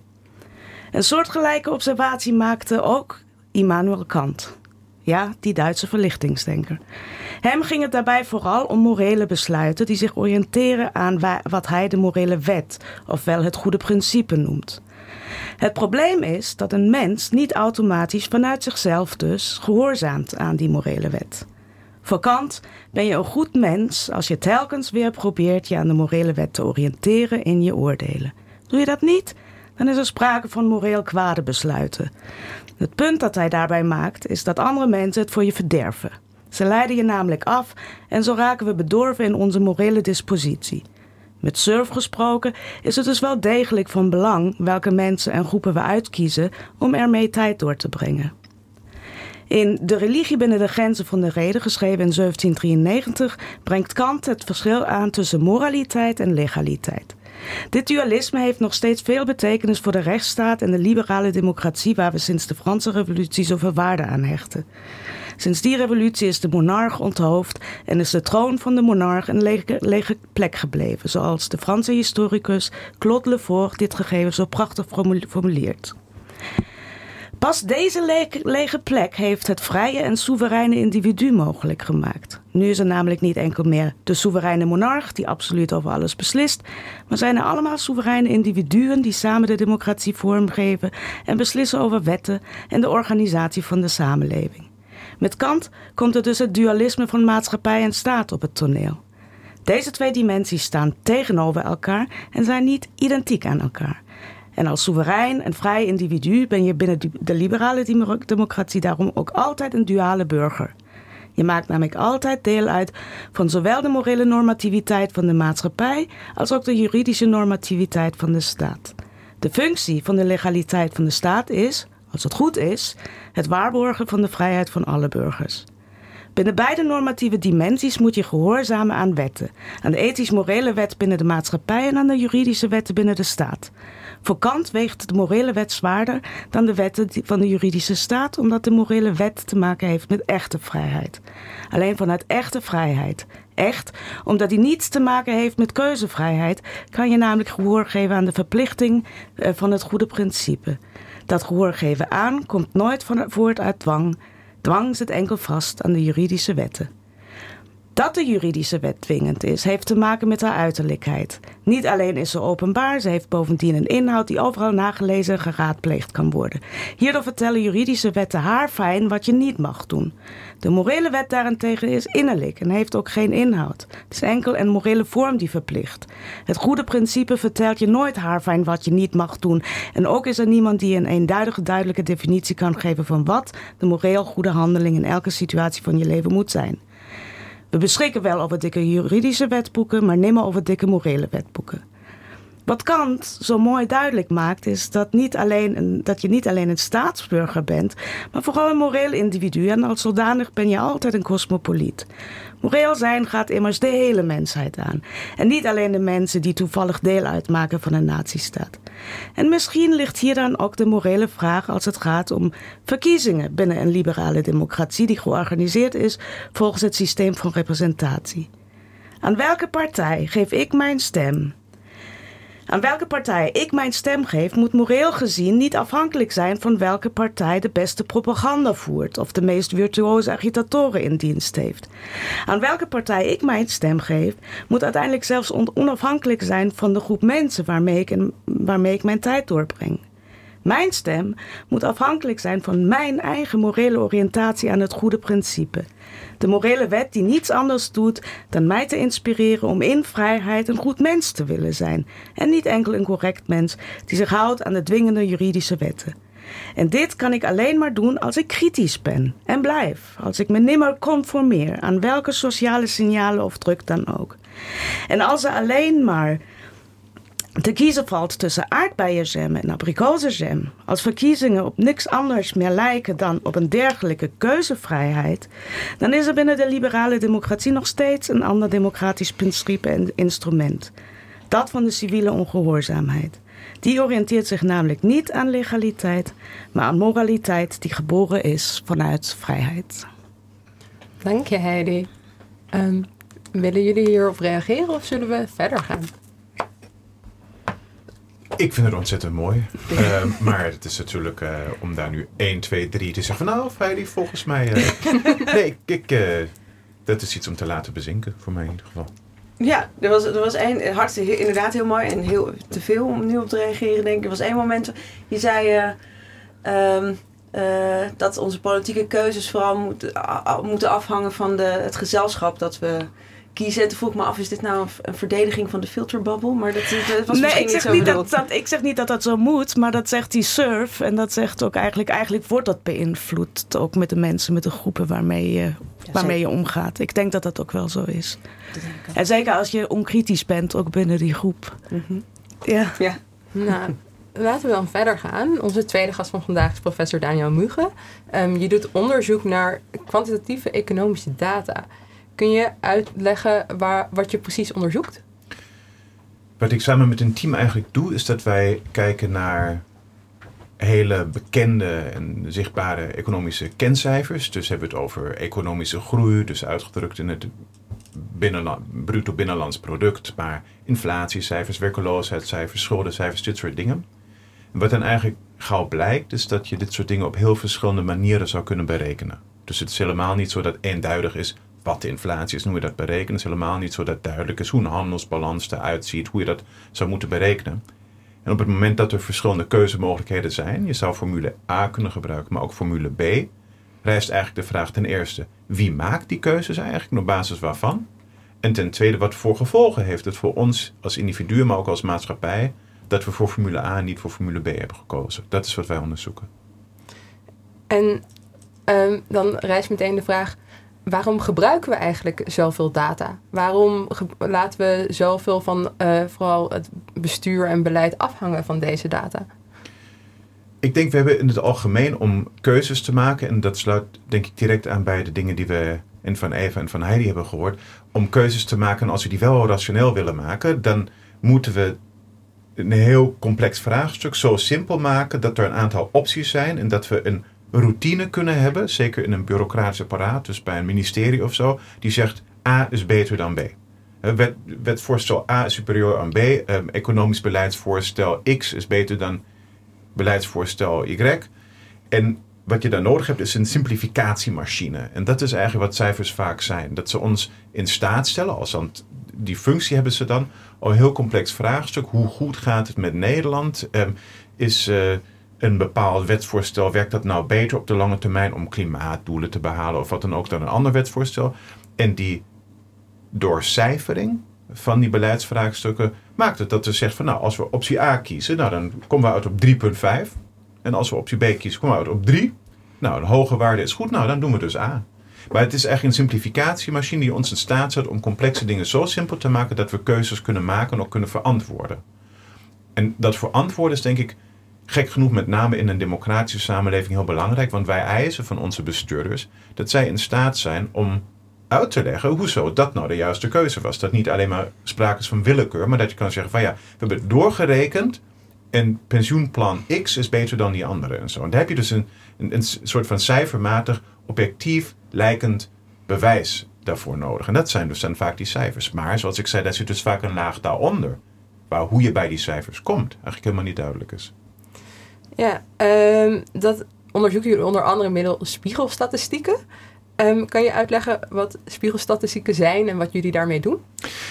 Een soortgelijke observatie maakte ook Immanuel Kant. Ja, die Duitse verlichtingsdenker. Hem ging het daarbij vooral om morele besluiten die zich oriënteren aan wat hij de morele wet, ofwel het goede principe noemt. Het probleem is dat een mens niet automatisch vanuit zichzelf dus gehoorzaamt aan die morele wet. Voor Kant ben je een goed mens als je telkens weer probeert je aan de morele wet te oriënteren in je oordelen. Doe je dat niet, dan is er sprake van moreel kwade besluiten. Het punt dat hij daarbij maakt is dat andere mensen het voor je verderven. Ze leiden je namelijk af en zo raken we bedorven in onze morele dispositie. Met Cerf gesproken is het dus wel degelijk van belang welke mensen en groepen we uitkiezen om ermee tijd door te brengen. In De religie binnen de grenzen van de reden, geschreven in 1793, brengt Kant het verschil aan tussen moraliteit en legaliteit. Dit dualisme heeft nog steeds veel betekenis voor de rechtsstaat en de liberale democratie waar we sinds de Franse revolutie zoveel waarde aan hechten. Sinds die revolutie is de monarch onthoofd en is de troon van de monarch een lege plek gebleven, zoals de Franse historicus Claude Lefort dit gegeven zo prachtig formuleert. Pas deze lege plek heeft het vrije en soevereine individu mogelijk gemaakt. Nu is er namelijk niet enkel meer de soevereine monarch die absoluut over alles beslist, maar zijn er allemaal soevereine individuen die samen de democratie vormgeven en beslissen over wetten en de organisatie van de samenleving. Met Kant komt er dus het dualisme van maatschappij en staat op het toneel. Deze 2 dimensies staan tegenover elkaar en zijn niet identiek aan elkaar. En als soeverein en vrij individu ben je binnen de liberale democratie daarom ook altijd een duale burger. Je maakt namelijk altijd deel uit van zowel de morele normativiteit van de maatschappij als ook de juridische normativiteit van de staat. De functie van de legaliteit van de staat is, als het goed is, het waarborgen van de vrijheid van alle burgers. Binnen beide normatieve dimensies moet je gehoorzamen aan wetten. Aan de ethisch-morele wet binnen de maatschappij en aan de juridische wetten binnen de staat. Voor Kant weegt de morele wet zwaarder dan de wetten van de juridische staat, omdat de morele wet te maken heeft met echte vrijheid. Alleen vanuit echte vrijheid. Echt, omdat die niets te maken heeft met keuzevrijheid, kan je namelijk gehoor geven aan de verplichting van het goede principe. Dat gehoor geven aan komt nooit voort uit dwang. Dwang zit enkel vast aan de juridische wetten. Dat de juridische wet dwingend is, heeft te maken met haar uiterlijkheid. Niet alleen is ze openbaar, ze heeft bovendien een inhoud die overal nagelezen en geraadpleegd kan worden. Hierdoor vertellen juridische wetten haarfijn wat je niet mag doen. De morele wet daarentegen is innerlijk en heeft ook geen inhoud. Het is enkel een morele vorm die verplicht. Het goede principe vertelt je nooit haarfijn wat je niet mag doen. En ook is er niemand die een eenduidige, duidelijke definitie kan geven van wat de moreel goede handeling in elke situatie van je leven moet zijn. We beschikken wel over dikke juridische wetboeken, maar nimmer over dikke morele wetboeken. Wat Kant zo mooi duidelijk maakt is dat je niet alleen een staatsburger bent, maar vooral een moreel individu. En als zodanig ben je altijd een cosmopoliet. Moreel zijn gaat immers de hele mensheid aan. En niet alleen de mensen die toevallig deel uitmaken van een nazistaat. En misschien ligt hier dan ook de morele vraag als het gaat om verkiezingen binnen een liberale democratie die georganiseerd is volgens het systeem van representatie. Aan welke partij geef ik mijn stem? Aan welke partij ik mijn stem geef, moet moreel gezien niet afhankelijk zijn van welke partij de beste propaganda voert of de meest virtuoze agitatoren in dienst heeft. Aan welke partij ik mijn stem geef, moet uiteindelijk zelfs onafhankelijk zijn van de groep mensen waarmee ik mijn tijd doorbreng. Mijn stem moet afhankelijk zijn van mijn eigen morele oriëntatie aan het goede principe. De morele wet die niets anders doet dan mij te inspireren om in vrijheid een goed mens te willen zijn. En niet enkel een correct mens die zich houdt aan de dwingende juridische wetten. En dit kan ik alleen maar doen als ik kritisch ben en blijf. Als ik me nimmer conformeer aan welke sociale signalen of druk dan ook. En als er alleen maar te kiezen valt tussen aardbeienjam en abrikozenjam, als verkiezingen op niks anders meer lijken dan op een dergelijke keuzevrijheid, dan is er binnen de liberale democratie nog steeds een ander democratisch principe en instrument. Dat van de civiele ongehoorzaamheid. Die oriënteert zich namelijk niet aan legaliteit, maar aan moraliteit die geboren is vanuit vrijheid. Dank je, Heidi. Willen jullie hierop reageren of zullen we verder gaan? Ik vind het ontzettend mooi. Maar het is natuurlijk om daar nu 1, 2, 3 te zeggen van nou, Heidi, volgens mij... nee, dat is iets om te laten bezinken, voor mij in ieder geval. Ja, er was één, hartstikke inderdaad heel mooi en heel te veel om nu op te reageren, denk ik. Er was één moment, je zei dat onze politieke keuzes vooral moeten afhangen van het gezelschap dat we kiezen. En toen vroeg ik me af, is dit nou een verdediging van de filterbubble? Maar dat was misschien niet zo bedoeld. Ik zeg niet dat dat zo moet, maar dat zegt die surf. En dat zegt ook eigenlijk wordt dat beïnvloed. Ook met de mensen, met de groepen waarmee je omgaat. Ik denk dat dat ook wel zo is. En zeker als je onkritisch bent, ook binnen die groep. Mm-hmm. Ja. Nou, laten we dan verder gaan. Onze tweede gast van vandaag is professor Daniel Muge. Je doet onderzoek naar kwantitatieve economische data. Kun je uitleggen wat je precies onderzoekt? Wat ik samen met een team eigenlijk doe, is dat wij kijken naar hele bekende en zichtbare economische kencijfers. Dus hebben we het over economische groei, dus uitgedrukt in het bruto binnenlands product, maar inflatiecijfers, werkeloosheidscijfers, schuldencijfers, dit soort dingen. En wat dan eigenlijk gauw blijkt, is dat je dit soort dingen op heel verschillende manieren zou kunnen berekenen. Dus het is helemaal niet zo dat eenduidig is wat de inflatie is, hoe je dat berekent. Het is helemaal niet zo dat duidelijk is hoe een handelsbalans eruit ziet, hoe je dat zou moeten berekenen. En op het moment dat er verschillende keuzemogelijkheden zijn, je zou formule A kunnen gebruiken, maar ook formule B, rijst eigenlijk de vraag ten eerste, wie maakt die keuzes eigenlijk en op basis waarvan? En ten tweede, wat voor gevolgen heeft het voor ons als individu, maar ook als maatschappij, dat we voor formule A en niet voor formule B hebben gekozen? Dat is wat wij onderzoeken. En dan rijst meteen de vraag, waarom gebruiken we eigenlijk zoveel data? Waarom laten we zoveel van vooral het bestuur en beleid afhangen van deze data? Ik denk, we hebben in het algemeen om keuzes te maken, en dat sluit denk ik direct aan bij de dingen die we van Eva en van Heidi hebben gehoord, om keuzes te maken, en als we die wel rationeel willen maken, dan moeten we een heel complex vraagstuk zo simpel maken dat er een aantal opties zijn en dat we een routine kunnen hebben, zeker in een bureaucratisch apparaat, dus bij een ministerie of zo, die zegt A is beter dan B. Wetvoorstel A is superieur aan B, economisch beleidsvoorstel X is beter dan beleidsvoorstel Y. En wat je dan nodig hebt is een simplificatiemachine. En dat is eigenlijk wat cijfers vaak zijn. Dat ze ons in staat stellen, die functie hebben ze dan, al een heel complex vraagstuk. Hoe goed gaat het met Nederland? Is een bepaald wetsvoorstel, werkt dat nou beter op de lange termijn om klimaatdoelen te behalen of wat dan ook dan een ander wetsvoorstel? En die doorcijfering van die beleidsvraagstukken maakt het dat we zeggen van nou, als we optie A kiezen, nou dan komen we uit op 3,5. En als we optie B kiezen, komen we uit op 3. Nou, een hoge waarde is goed, nou dan doen we dus A. Maar het is eigenlijk een simplificatiemachine die ons in staat zet om complexe dingen zo simpel te maken dat we keuzes kunnen maken en ook kunnen verantwoorden. En dat verantwoorden is denk ik gek genoeg met name in een democratische samenleving heel belangrijk. Want wij eisen van onze bestuurders dat zij in staat zijn om uit te leggen hoezo dat nou de juiste keuze was. Dat niet alleen maar sprake is van willekeur, maar dat je kan zeggen van ja, we hebben het doorgerekend en pensioenplan X is beter dan die andere en zo. En daar heb je dus een soort van cijfermatig, objectief lijkend bewijs daarvoor nodig. En dat zijn dus dan vaak die cijfers. Maar zoals ik zei, daar zit dus vaak een laag daaronder. Waar hoe je bij die cijfers komt eigenlijk helemaal niet duidelijk is. Ja, dat onderzoeken jullie onder andere middels spiegelstatistieken. Kan je uitleggen wat spiegelstatistieken zijn en wat jullie daarmee doen?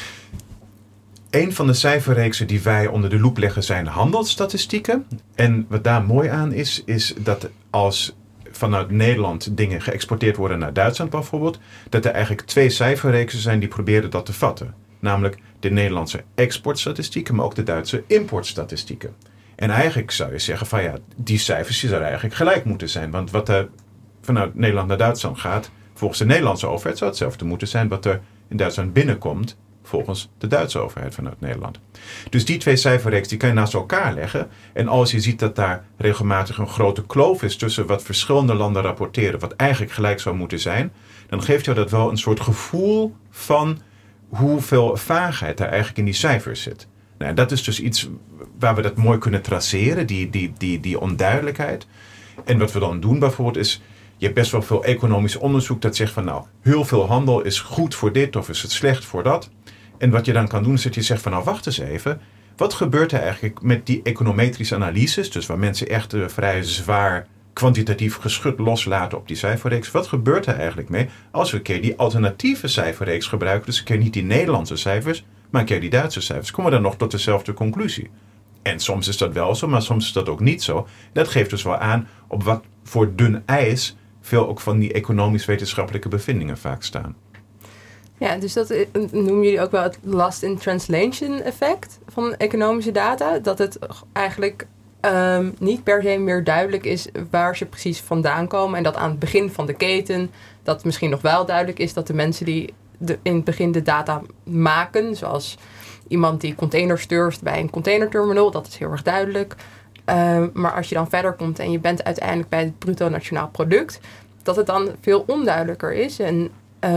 Een van de cijferreeksen die wij onder de loep leggen zijn handelsstatistieken. En wat daar mooi aan is dat als vanuit Nederland dingen geëxporteerd worden naar Duitsland bijvoorbeeld, dat er eigenlijk 2 cijferreeksen zijn die proberen dat te vatten. Namelijk de Nederlandse exportstatistieken, maar ook de Duitse importstatistieken. En eigenlijk zou je zeggen van ja, die cijfers die zouden eigenlijk gelijk moeten zijn. Want wat er vanuit Nederland naar Duitsland gaat, volgens de Nederlandse overheid zou hetzelfde moeten zijn wat er in Duitsland binnenkomt volgens de Duitse overheid vanuit Nederland. Dus die 2 cijferreeksen die kan je naast elkaar leggen. En als je ziet dat daar regelmatig een grote kloof is tussen wat verschillende landen rapporteren, wat eigenlijk gelijk zou moeten zijn, dan geeft jou dat wel een soort gevoel van hoeveel vaagheid daar eigenlijk in die cijfers zit. Nou, dat is dus iets waar we dat mooi kunnen traceren, die onduidelijkheid. En wat we dan doen bijvoorbeeld is, je hebt best wel veel economisch onderzoek dat zegt van nou, heel veel handel is goed voor dit of is het slecht voor dat. En wat je dan kan doen is dat je zegt van nou, wacht eens even. Wat gebeurt er eigenlijk met die econometrische analyses, dus waar mensen echt vrij zwaar kwantitatief geschut loslaten op die cijferreeks. Wat gebeurt er eigenlijk mee als we een keer die alternatieve cijferreeks gebruiken, dus een keer niet die Nederlandse cijfers, maar een keer die Duitse cijfers, komen we dan nog tot dezelfde conclusie. En soms is dat wel zo, maar soms is dat ook niet zo. Dat geeft dus wel aan op wat voor dun ijs veel ook van die economisch-wetenschappelijke bevindingen vaak staan. Ja, dus dat noemen jullie ook wel het lost in translation effect van economische data. Dat het eigenlijk niet per se meer duidelijk is waar ze precies vandaan komen. En dat aan het begin van de keten, dat misschien nog wel duidelijk is dat de mensen die in het begin de data maken, zoals iemand die containers sturft bij een containerterminal, dat is heel erg duidelijk. Maar als je dan verder komt en je bent uiteindelijk bij het bruto nationaal product, dat het dan veel onduidelijker is. En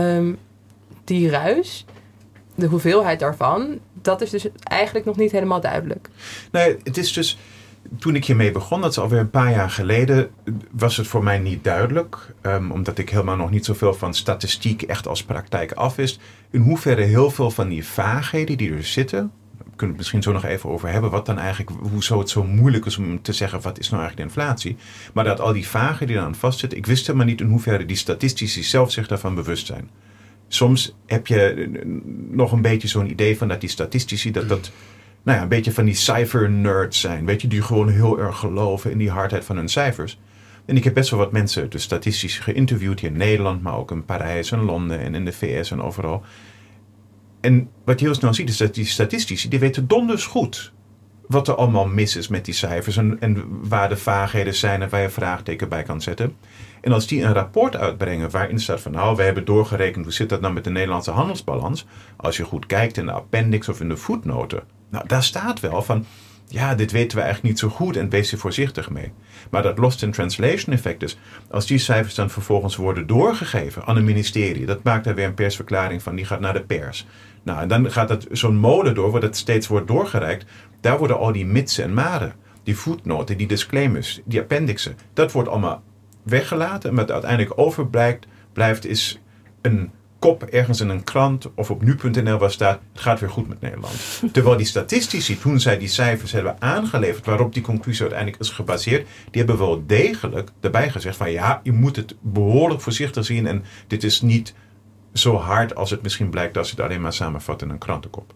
die ruis, de hoeveelheid daarvan, dat is dus eigenlijk nog niet helemaal duidelijk. Nee, het is dus, toen ik hiermee begon, dat is alweer een paar jaar geleden, was het voor mij niet duidelijk, omdat ik helemaal nog niet zoveel van statistiek echt als praktijk afwist, in hoeverre heel veel van die vaagheden die er zitten, we kunnen het misschien zo nog even over hebben, wat dan eigenlijk, hoezo het zo moeilijk is om te zeggen, wat is nou eigenlijk de inflatie, maar dat al die vaagheden die eraan vastzitten, ik wist helemaal niet in hoeverre die statistici zelf zich daarvan bewust zijn. Soms heb je nog een beetje zo'n idee van dat die statistici, dat nou ja, een beetje van die cijfernerds zijn. Weet je, die gewoon heel erg geloven in die hardheid van hun cijfers. En ik heb best wel wat mensen, de statistici, geïnterviewd hier in Nederland, maar ook in Parijs en Londen en in de VS en overal. En wat je heel snel ziet is dat die statistici, die weten donders goed wat er allemaal mis is met die cijfers en waar de vaagheden zijn en waar je vraagteken bij kan zetten. En als die een rapport uitbrengen waarin staat van nou, we hebben doorgerekend, hoe zit dat nou met de Nederlandse handelsbalans? Als je goed kijkt in de appendix of in de voetnoten, nou daar staat wel van, ja, dit weten we eigenlijk niet zo goed en wees er voorzichtig mee. Maar dat lost in translation effect is, als die cijfers dan vervolgens worden doorgegeven aan een ministerie, dat maakt daar weer een persverklaring van, die gaat naar de pers. Nou, en dan gaat dat zo'n molen door, waar dat steeds wordt doorgereikt, daar worden al die mitsen en maren, die voetnoten, die disclaimers, die appendixen, dat wordt allemaal weggelaten. En wat uiteindelijk overblijft is een kop ergens in een krant of op nu.nl waar staat, het gaat weer goed met Nederland. Terwijl die statistici, toen zij die cijfers hebben aangeleverd waarop die conclusie uiteindelijk is gebaseerd, die hebben wel degelijk daarbij gezegd van ja, je moet het behoorlijk voorzichtig zien en dit is niet zo hard als het misschien blijkt als je het alleen maar samenvat in een krantenkop.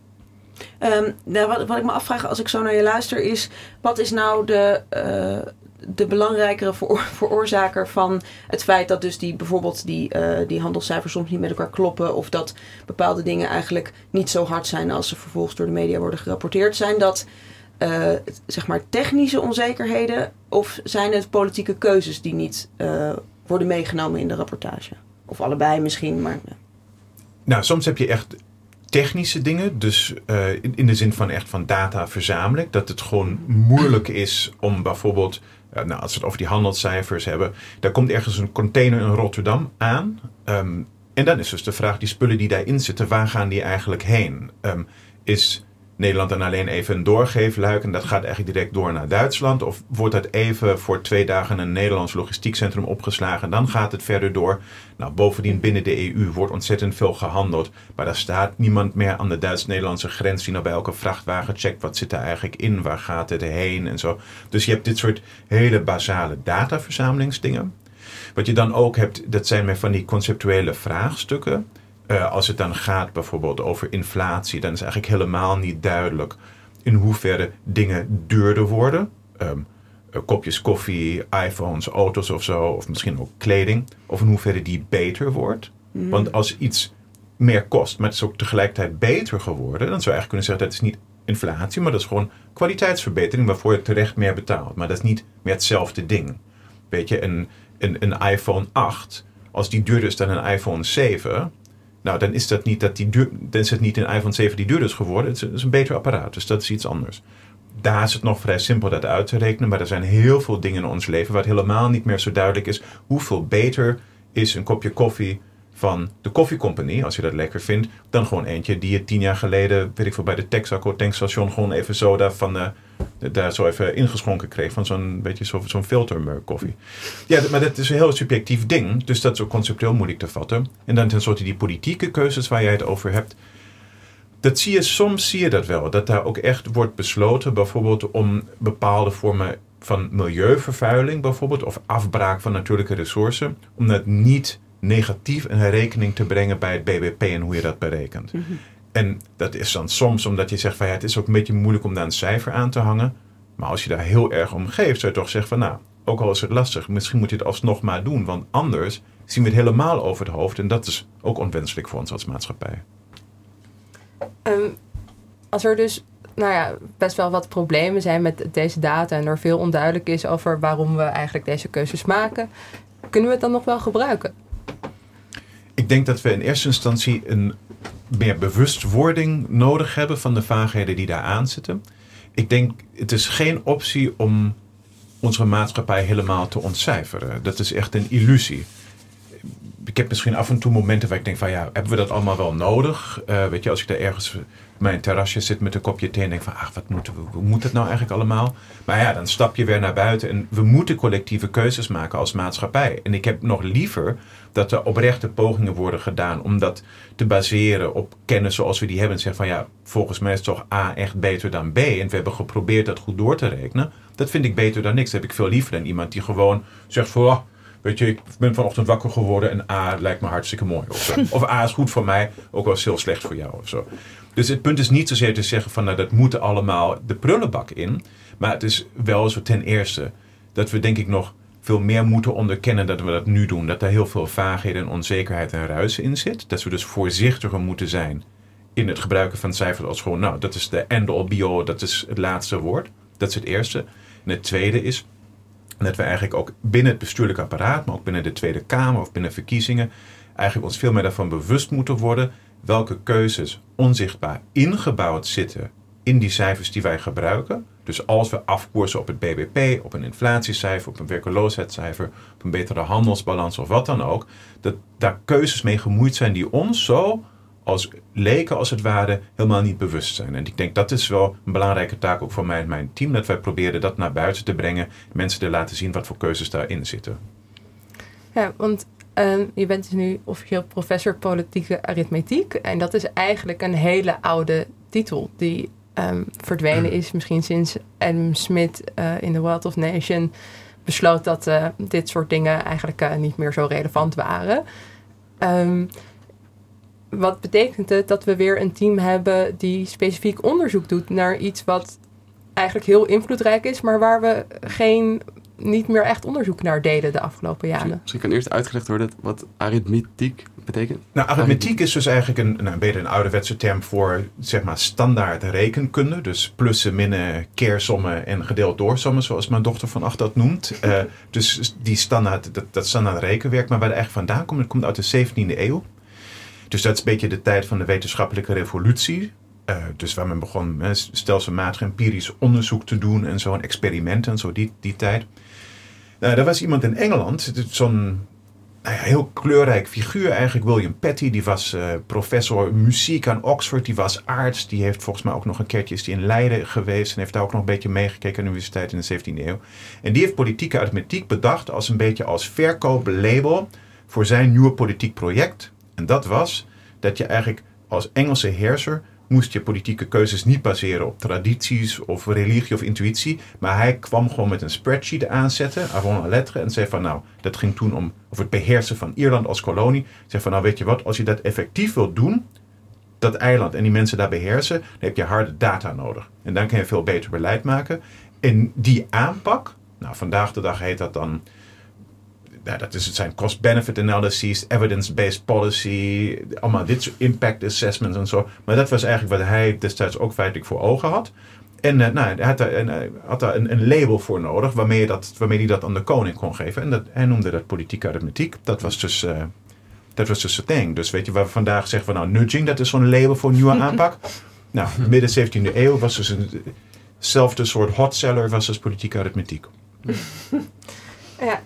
Wat ik me afvraag als ik zo naar je luister is, wat is nou de belangrijkere veroorzaker van het feit dat dus bijvoorbeeld die handelscijfers soms niet met elkaar kloppen of dat bepaalde dingen eigenlijk niet zo hard zijn als ze vervolgens door de media worden gerapporteerd. Zijn dat zeg maar technische onzekerheden of zijn het politieke keuzes die niet worden meegenomen in de rapportage? Of allebei misschien, maar... Nou, soms heb je echt technische dingen. Dus in de zin van echt van data verzamelen. Dat het gewoon moeilijk is om bijvoorbeeld... als we het over die handelscijfers hebben. Daar komt ergens een container in Rotterdam aan. En dan is dus de vraag, die spullen die daarin zitten, waar gaan die eigenlijk heen? Is Nederland dan alleen even een doorgeefluik en dat gaat eigenlijk direct door naar Duitsland? Of wordt dat even voor 2 dagen in een Nederlands logistiekcentrum opgeslagen en dan gaat het verder door? Nou, bovendien binnen de EU wordt ontzettend veel gehandeld. Maar daar staat niemand meer aan de Duits-Nederlandse grens die nou bij elke vrachtwagen checkt wat zit er eigenlijk in, waar gaat het heen en zo. Dus je hebt dit soort hele basale dataverzamelingsdingen. Wat je dan ook hebt, dat zijn meer van die conceptuele vraagstukken. Als het dan gaat bijvoorbeeld over inflatie, dan is eigenlijk helemaal niet duidelijk in hoeverre dingen duurder worden. Kopjes koffie, iPhones, auto's of zo, of misschien ook kleding. Of in hoeverre die beter wordt. Want als iets meer kost, maar het is ook tegelijkertijd beter geworden, dan zou je eigenlijk kunnen zeggen dat is niet inflatie, maar dat is gewoon kwaliteitsverbetering waarvoor je terecht meer betaalt. Maar dat is niet meer hetzelfde ding. Weet je, een iPhone 8, als die duurder is dan een iPhone 7... Nou, dan is dat niet dan is het niet een iPhone 7 die duurder is geworden. Het is een beter apparaat, dus dat is iets anders. Daar is het nog vrij simpel dat uit te rekenen. Maar er zijn heel veel dingen in ons leven waar het helemaal niet meer zo duidelijk is hoeveel beter is een kopje koffie van de koffiecompagnie, als je dat lekker vindt, dan gewoon eentje die je 10 jaar geleden, weet ik veel, bij de Texaco tankstation gewoon even soda daar zo even ingeschonken kreeg van zo'n beetje zo'n filterkoffie. Ja, maar dat is een heel subjectief ding, dus dat is ook conceptueel moeilijk te vatten. En dan tenslotte die politieke keuzes waar jij het over hebt. Soms zie je dat wel, dat daar ook echt wordt besloten, bijvoorbeeld om bepaalde vormen van milieuvervuiling bijvoorbeeld, of afbraak van natuurlijke resourcen, om dat niet negatief in rekening te brengen bij het BBP en hoe je dat berekent. Mm-hmm. En dat is dan soms omdat je zegt van het is ook een beetje moeilijk om daar een cijfer aan te hangen. Maar als je daar heel erg om geeft, zou je toch zeggen van ook al is het lastig, misschien moet je het alsnog maar doen. Want anders zien we het helemaal over het hoofd en dat is ook onwenselijk voor ons als maatschappij. Als er dus best wel wat problemen zijn met deze data en er veel onduidelijk is over waarom we eigenlijk deze keuzes maken, kunnen we het dan nog wel gebruiken? Ik denk dat we in eerste instantie een meer bewustwording nodig hebben van de vaagheden die daar aan zitten. Ik denk, het is geen optie om onze maatschappij helemaal te ontcijferen. Dat is echt een illusie. Ik heb misschien af en toe momenten waar ik denk van hebben we dat allemaal wel nodig? Weet je, als ik daar ergens op mijn terrasje zit met een kopje thee en denk van hoe moet het nou eigenlijk allemaal? Maar dan stap je weer naar buiten en we moeten collectieve keuzes maken als maatschappij. En ik heb nog liever dat er oprechte pogingen worden gedaan om dat te baseren op kennis zoals we die hebben. En zeggen van volgens mij is toch A echt beter dan B. En we hebben geprobeerd dat goed door te rekenen. Dat vind ik beter dan niks. Dat heb ik veel liever dan iemand die gewoon zegt van weet je, ik ben vanochtend wakker geworden en A lijkt me hartstikke mooi. Of A is goed voor mij, ook al is heel slecht voor jou. Of zo. Dus het punt is niet zozeer te zeggen van dat moeten allemaal de prullenbak in. Maar het is wel zo ten eerste dat we denk ik nog veel meer moeten onderkennen dat we dat nu doen. Dat er heel veel vaagheden en onzekerheid en ruis in zit. Dat we dus voorzichtiger moeten zijn in het gebruiken van cijfers als gewoon dat is de end-all be-all, dat is het laatste woord. Dat is het eerste. En het tweede is dat we eigenlijk ook binnen het bestuurlijk apparaat, maar ook binnen de Tweede Kamer of binnen verkiezingen, eigenlijk ons veel meer daarvan bewust moeten worden welke keuzes onzichtbaar ingebouwd zitten in die cijfers die wij gebruiken. Dus als we afkoersen op het BBP, op een inflatiecijfer, op een werkeloosheidscijfer, op een betere handelsbalans of wat dan ook, dat daar keuzes mee gemoeid zijn die ons zo als leken als het ware helemaal niet bewust zijn. En ik denk dat is wel een belangrijke taak ook voor mij en mijn team, dat wij proberen dat naar buiten te brengen, mensen te laten zien wat voor keuzes daarin zitten. Ja, want je bent dus nu officieel professor politieke arithmetiek en dat is eigenlijk een hele oude titel die verdwenen is misschien sinds Adam Smith in The Wealth of Nations besloot dat dit soort dingen eigenlijk niet meer zo relevant waren. Wat betekent het dat we weer een team hebben die specifiek onderzoek doet naar iets wat eigenlijk heel invloedrijk is, maar waar we niet meer echt onderzoek naar deden de afgelopen jaren? Misschien kan eerst uitgelegd worden wat arithmetiek betekent. Nou, arithmetiek is dus eigenlijk een ouderwetse term voor zeg maar standaard rekenkunde. Dus plussen, minnen, keersommen en gedeeld doorsommen, zoals mijn dochter van 8 dat noemt. Dus die standaard, dat standaard rekenwerk, maar waar het eigenlijk vandaan komt, het komt uit de 17e eeuw. Dus dat is een beetje de tijd van de wetenschappelijke revolutie. Dus waar men begon stelselmatig empirisch onderzoek te doen en zo'n experimenten en zo die tijd. Er was iemand in Engeland, zo'n heel kleurrijk figuur eigenlijk, William Petty. Die was professor muziek aan Oxford, die was arts. Die heeft volgens mij ook nog een keertje is die in Leiden geweest en heeft daar ook nog een beetje meegekeken aan de universiteit in de 17e eeuw. En die heeft politieke arithmetiek bedacht als een beetje als verkooplabel voor zijn nieuwe politiek project. En dat was dat je eigenlijk als Engelse heerser moest je politieke keuzes niet baseren op tradities of religie of intuïtie. Maar hij kwam gewoon met een spreadsheet aanzetten, avant la lettre, en zei van nou, dat ging toen om het beheersen van Ierland als kolonie. Zei van nou, weet je wat, als je dat effectief wilt doen, dat eiland en die mensen daar beheersen, dan heb je harde data nodig. En dan kan je veel beter beleid maken. En die aanpak, nou vandaag de dag heet dat dan, het zijn cost-benefit analyses, evidence-based policy, allemaal dit soort impact assessments en zo. Maar dat was eigenlijk wat hij destijds ook feitelijk voor ogen had. En hij had daar een label voor nodig waarmee hij dat aan de koning kon geven. En hij noemde dat politieke arithmetiek. Dat was dus het ding. Dus weet je, waar we vandaag zeggen van nou, nudging, dat is zo'n label voor een nieuwe aanpak. Nou, midden 17e eeuw was dus eenzelfde soort hotseller was dus politieke arithmetiek. Ja.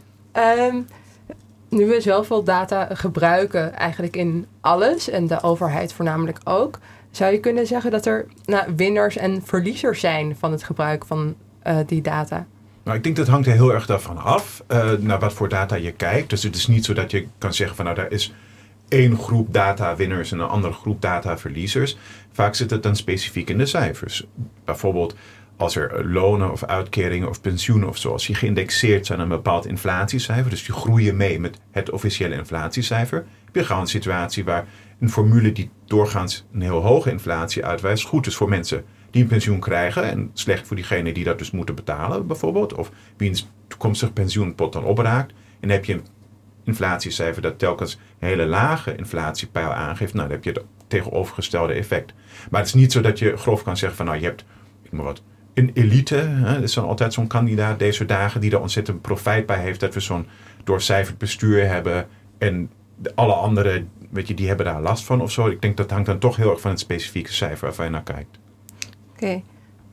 Nu we zoveel data gebruiken eigenlijk in alles en de overheid voornamelijk ook, zou je kunnen zeggen dat er winnaars en verliezers zijn van het gebruik van die data? Nou, ik denk dat hangt er heel erg daarvan af naar wat voor data je kijkt. Dus het is niet zo dat je kan zeggen van nou, daar is één groep data winners en een andere groep data verliezers. Vaak zit het dan specifiek in de cijfers. Bijvoorbeeld als er lonen of uitkeringen of pensioenen of zo, als die geïndexeerd zijn aan een bepaald inflatiecijfer, dus die groeien mee met het officiële inflatiecijfer, heb je gewoon een situatie waar een formule die doorgaans een heel hoge inflatie uitwijst, goed is voor mensen die een pensioen krijgen en slecht voor diegenen die dat dus moeten betalen bijvoorbeeld, of wiens toekomstig pensioenpot dan opraakt. En dan heb je een inflatiecijfer dat telkens een hele lage inflatiepeil aangeeft, nou dan heb je het tegenovergestelde effect. Maar het is niet zo dat je grof kan zeggen van nou je hebt, ik maar wat, een elite, er is dan altijd zo'n kandidaat deze dagen die er ontzettend profijt bij heeft dat we zo'n doorcijferd bestuur hebben en alle anderen, weet je, die hebben daar last van of zo. Ik denk dat hangt dan toch heel erg van het specifieke cijfer waarvan je naar kijkt. Oké.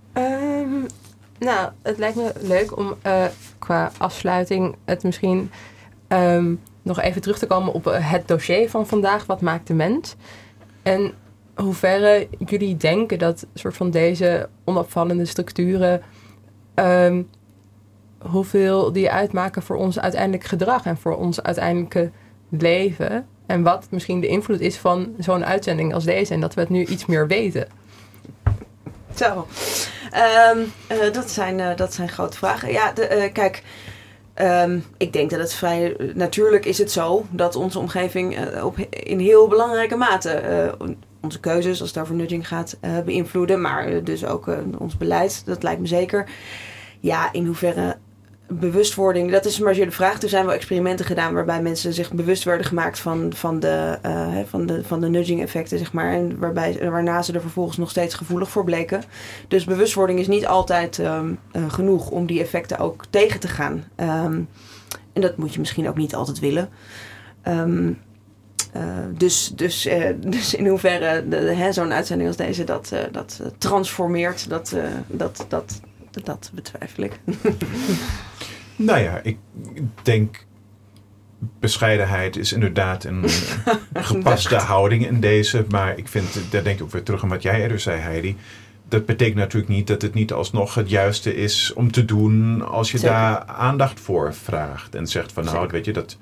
Nou, het lijkt me leuk om qua afsluiting het misschien nog even terug te komen op het dossier van vandaag. Wat maakt de mens? En hoeverre jullie denken dat soort van deze onopvallende structuren, hoeveel die uitmaken voor ons uiteindelijk gedrag en voor ons uiteindelijke leven. En wat misschien de invloed is van zo'n uitzending als deze en dat we het nu iets meer weten. Zo, dat zijn grote vragen. Ja, kijk, ik denk dat het vrij natuurlijk is het zo dat onze omgeving in heel belangrijke mate onze keuzes, als het over nudging gaat, beïnvloeden. Maar dus ook ons beleid, dat lijkt me zeker. Ja, in hoeverre bewustwording, dat is maar de vraag. Er zijn wel experimenten gedaan waarbij mensen zich bewust werden gemaakt van de nudging effecten, zeg maar. En waarna ze er vervolgens nog steeds gevoelig voor bleken. Dus bewustwording is niet altijd genoeg om die effecten ook tegen te gaan. En dat moet je misschien ook niet altijd willen. Dus in hoeverre zo'n uitzending als deze dat transformeert, dat betwijfel ik. Nou ja, ik denk bescheidenheid is inderdaad een gepaste houding in deze. Maar ik vind, daar denk ik ook weer terug aan wat jij eerder zei, Heidi. Dat betekent natuurlijk niet dat het niet alsnog het juiste is om te doen als je daar aandacht voor vraagt. En zegt van nou, weet je dat.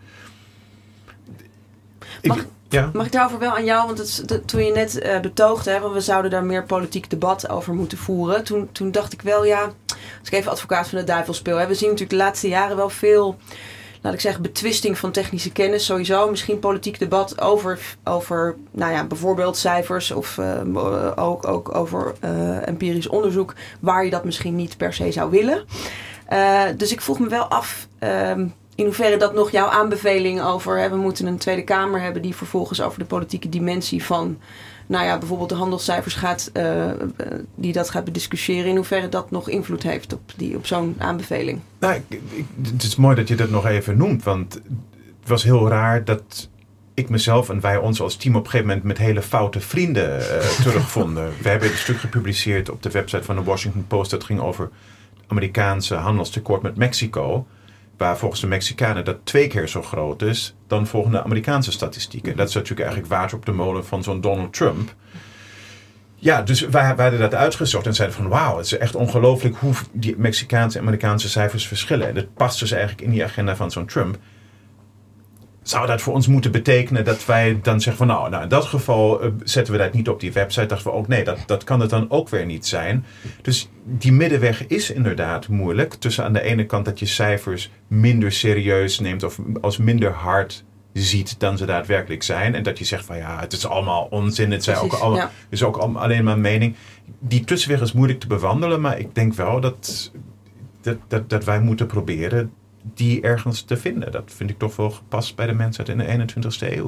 Mag ik daarover wel aan jou? Want toen je net betoogde, want we zouden daar meer politiek debat over moeten voeren. Toen dacht ik wel, ja, als ik even advocaat van de duivel speel. We zien natuurlijk de laatste jaren wel veel, laat ik zeggen, betwisting van technische kennis sowieso. Misschien politiek debat over nou ja, bijvoorbeeld cijfers of ook over empirisch onderzoek, waar je dat misschien niet per se zou willen. Dus ik vroeg me wel af, in hoeverre dat nog jouw aanbeveling over, we moeten een Tweede Kamer hebben die vervolgens over de politieke dimensie van, nou ja, bijvoorbeeld de handelscijfers die dat gaat bediscussiëren, in hoeverre dat nog invloed heeft op zo'n aanbeveling. Nou, het is mooi dat je dat nog even noemt, want het was heel raar dat ik mezelf en wij ons als team op een gegeven moment met hele foute vrienden terugvonden. We hebben een stuk gepubliceerd op de website van de Washington Post. Dat ging over het Amerikaanse handelstekort met Mexico. Waar volgens de Mexicanen dat 2 keer zo groot is dan volgens de Amerikaanse statistieken. Dat is natuurlijk eigenlijk water op de molen van zo'n Donald Trump. Ja, dus wij hadden dat uitgezocht en zeiden van wauw, het is echt ongelooflijk hoe die Mexicaanse en Amerikaanse cijfers verschillen. En dat past dus eigenlijk in die agenda van zo'n Trump. Zou dat voor ons moeten betekenen dat wij dan zeggen van nou in dat geval zetten we dat niet op die website. Dachten we ook nee, dat kan het dan ook weer niet zijn. Dus die middenweg is inderdaad moeilijk. Tussen aan de ene kant dat je cijfers minder serieus neemt of als minder hard ziet dan ze daadwerkelijk zijn. En dat je zegt van ja, het is allemaal onzin. Het zijn is ook alleen maar mening. Die tussenweg is moeilijk te bewandelen, maar ik denk wel dat wij moeten proberen die ergens te vinden. Dat vind ik toch wel gepast bij de mensheid in de 21ste eeuw.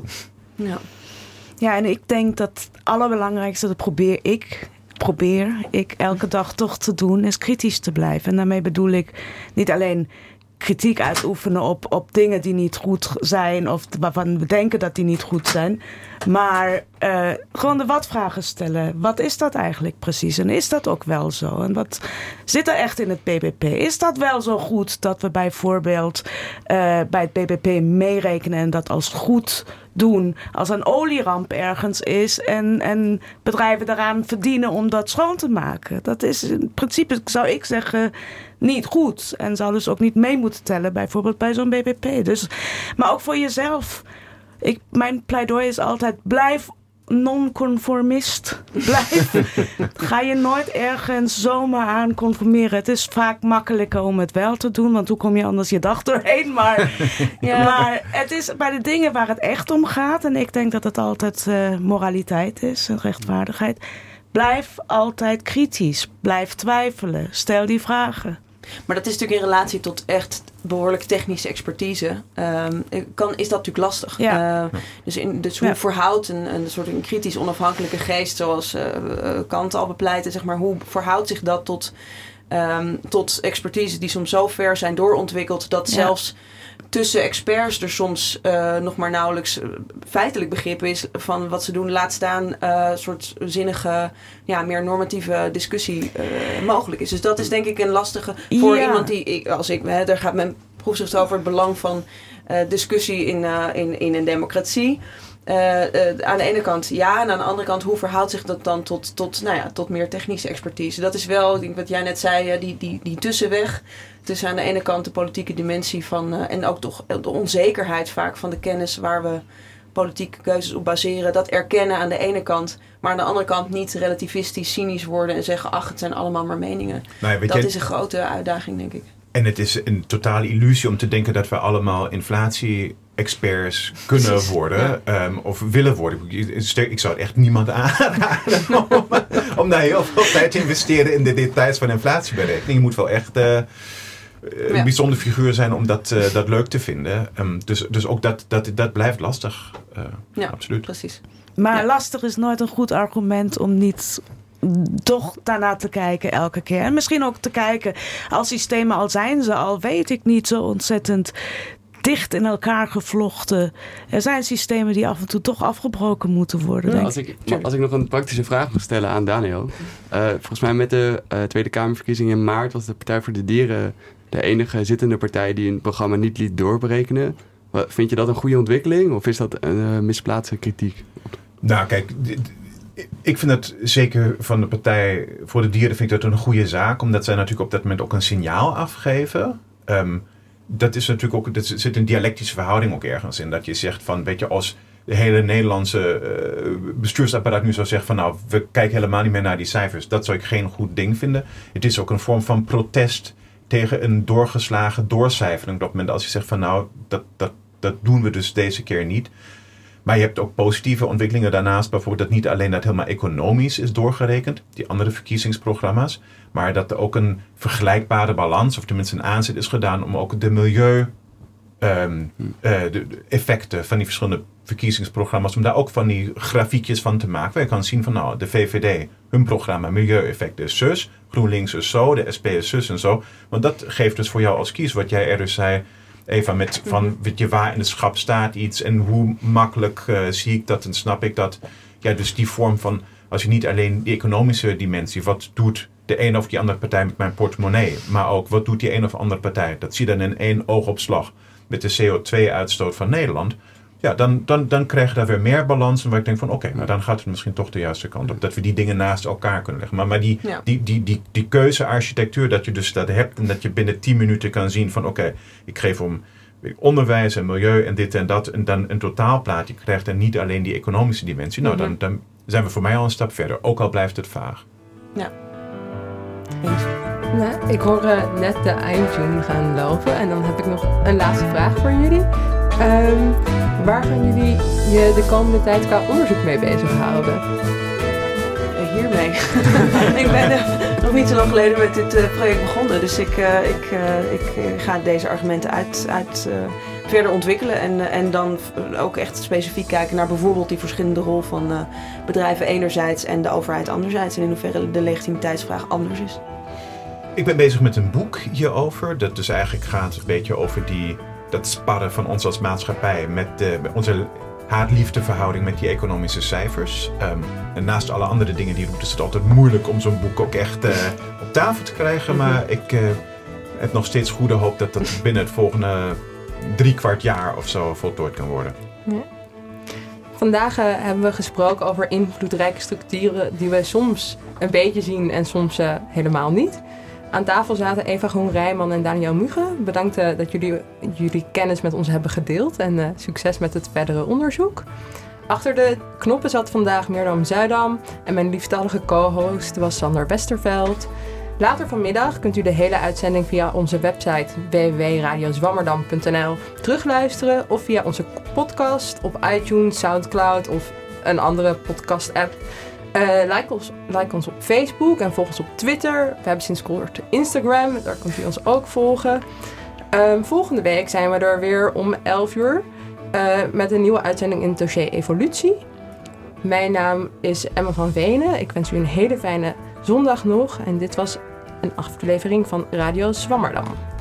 Ja, en ik denk dat het allerbelangrijkste, dat probeer ik elke dag toch te doen, is kritisch te blijven. En daarmee bedoel ik niet alleen kritiek uitoefenen op dingen die niet goed zijn of waarvan we denken dat die niet goed zijn. Maar gewoon de wat-vragen stellen. Wat is dat eigenlijk precies? En is dat ook wel zo? En wat zit er echt in het BBP? Is dat wel zo goed dat we bijvoorbeeld bij het BBP meerekenen en dat als goed doen als een olieramp ergens is en bedrijven daaraan verdienen om dat schoon te maken? Dat is in principe, zou ik zeggen, niet goed. En zou dus ook niet mee moeten tellen, bijvoorbeeld bij zo'n BBP. Dus, maar ook voor jezelf. Mijn pleidooi is altijd, blijf non-conformist. Ga je nooit ergens zomaar aan conformeren. Het is vaak makkelijker om het wel te doen, want hoe kom je anders je dag doorheen? Maar, maar het is bij de dingen waar het echt om gaat, en ik denk dat het altijd moraliteit is en rechtvaardigheid. Blijf altijd kritisch. Blijf twijfelen. Stel die vragen. Maar dat is natuurlijk in relatie tot echt behoorlijk technische expertise. Is dat natuurlijk lastig. Ja. Dus hoe verhoudt een soort een kritisch onafhankelijke geest, zoals Kant al bepleitte, zeg maar, hoe verhoudt zich dat tot expertise die soms zo ver zijn doorontwikkeld dat zelfs tussen experts er soms nog maar nauwelijks feitelijk begrip is van wat ze doen. Laat staan soort zinnige, meer normatieve discussie mogelijk is. Dus dat is denk ik een lastige voor iemand die, daar gaat mijn proefschrift over het belang van discussie in een democratie. Aan de ene kant en aan de andere kant, hoe verhoudt zich dat dan tot meer technische expertise? Dat is wel, wat jij net zei, die tussenweg tussen aan de ene kant de politieke dimensie van en ook toch de onzekerheid vaak van de kennis waar we politieke keuzes op baseren. Dat erkennen aan de ene kant, maar aan de andere kant niet relativistisch, cynisch worden en zeggen, het zijn allemaal maar meningen. Dat is een grote uitdaging, denk ik. En het is een totale illusie om te denken dat we allemaal inflatie-experts kunnen worden of willen worden. Ik zou het echt niemand aanraden om daar heel veel tijd te investeren in de details van inflatieberekening. Je moet wel echt een bijzonder figuur zijn om dat leuk te vinden. Dus ook dat blijft lastig. Absoluut. Precies. Maar lastig is nooit een goed argument om niet toch daarna te kijken elke keer. En misschien ook te kijken als systemen al zijn ze al, weet ik niet, zo ontzettend dicht in elkaar gevlochten. Er zijn systemen die af en toe toch afgebroken moeten worden. Ja, als ik nog een praktische vraag mag stellen aan Daniel. Volgens mij met de Tweede Kamerverkiezingen in maart was de Partij voor de Dieren de enige zittende partij die een programma niet liet doorberekenen. Vind je dat een goede ontwikkeling of is dat een misplaatste kritiek? Nou, kijk, ik vind het zeker van de Partij voor de Dieren vind ik dat een goede zaak, omdat zij natuurlijk op dat moment ook een signaal afgeven. Dat is natuurlijk ook, er zit een dialectische verhouding ook ergens in. Dat je zegt van, weet je, als de hele Nederlandse bestuursapparaat nu zou zeggen van, we kijken helemaal niet meer naar die cijfers. Dat zou ik geen goed ding vinden. Het is ook een vorm van protest tegen een doorgeslagen doorcijfering. Op dat moment als je zegt van, dat doen we dus deze keer niet. Maar je hebt ook positieve ontwikkelingen daarnaast. Bijvoorbeeld dat niet alleen dat helemaal economisch is doorgerekend, die andere verkiezingsprogramma's, maar dat er ook een vergelijkbare balans, of tenminste een aanzet is gedaan om ook de milieu de effecten van die verschillende verkiezingsprogramma's, om daar ook van die grafiekjes van te maken. Waar je kan zien van de VVD, hun programma milieueffecten is zus, GroenLinks is zo, de SP is zus en zo. Want dat geeft dus voor jou als kies, wat jij eerder zei, Eva, met van weet je, waar in het schap staat iets en hoe makkelijk zie ik dat en snap ik dat. Ja, dus die vorm van, als je niet alleen die economische dimensie, wat doet de een of die andere partij met mijn portemonnee, maar ook wat doet die een of andere partij. Dat zie je dan in één oogopslag met de CO2-uitstoot van Nederland. Ja, dan krijg je daar weer meer balans. En waar ik denk van oké, maar dan gaat het misschien toch de juiste kant op. Dat we die dingen naast elkaar kunnen leggen. Maar die keuzearchitectuur, dat je dus dat hebt en dat je binnen 10 minuten kan zien van oké, ik geef om onderwijs en milieu en dit en dat. En dan een totaalplaatje krijgt en niet alleen die economische dimensie. Nou, dan zijn we voor mij al een stap verder. Ook al blijft het vaag. Ja. Nou, ik hoor net de eindtune gaan lopen. En dan heb ik nog een laatste vraag voor jullie. Waar gaan jullie je de komende tijd qua onderzoek mee bezighouden? Hiermee. Ik ben nog niet zo lang geleden met dit project begonnen. Dus ik ga deze argumenten verder ontwikkelen. En dan ook echt specifiek kijken naar bijvoorbeeld die verschillende rol van bedrijven enerzijds en de overheid anderzijds. En in hoeverre de legitimiteitsvraag anders is. Ik ben bezig met een boek hierover. Dat dus eigenlijk gaat een beetje over dat sparren van ons als maatschappij met onze haat-liefde-verhouding met die economische cijfers. En naast alle andere dingen die je doet, is het altijd moeilijk om zo'n boek ook echt op tafel te krijgen. Maar ik heb nog steeds goede hoop dat dat binnen het volgende 3/4 jaar of zo voltooid kan worden. Ja. Vandaag hebben we gesproken over invloedrijke structuren die we soms een beetje zien en soms helemaal niet. Aan tafel zaten Eva Groen-Rijman en Daniel Muge. Bedankt dat jullie kennis met ons hebben gedeeld en succes met het verdere onderzoek. Achter de knoppen zat vandaag Mirjam Zuidam en mijn lieftallige co-host was Sander Westerveld. Later vanmiddag kunt u de hele uitzending via onze website www.radiozwammerdam.nl terugluisteren of via onze podcast op iTunes, Soundcloud of een andere podcast-app. Like ons op Facebook en volg ons op Twitter. We hebben sinds kort Instagram, daar kunt u ons ook volgen. Volgende week zijn we er weer om 11 uur met een nieuwe uitzending in het dossier Evolutie. Mijn naam is Emma van Venen. Ik wens u een hele fijne zondag nog. En dit was een aflevering van Radio Zwammerdam.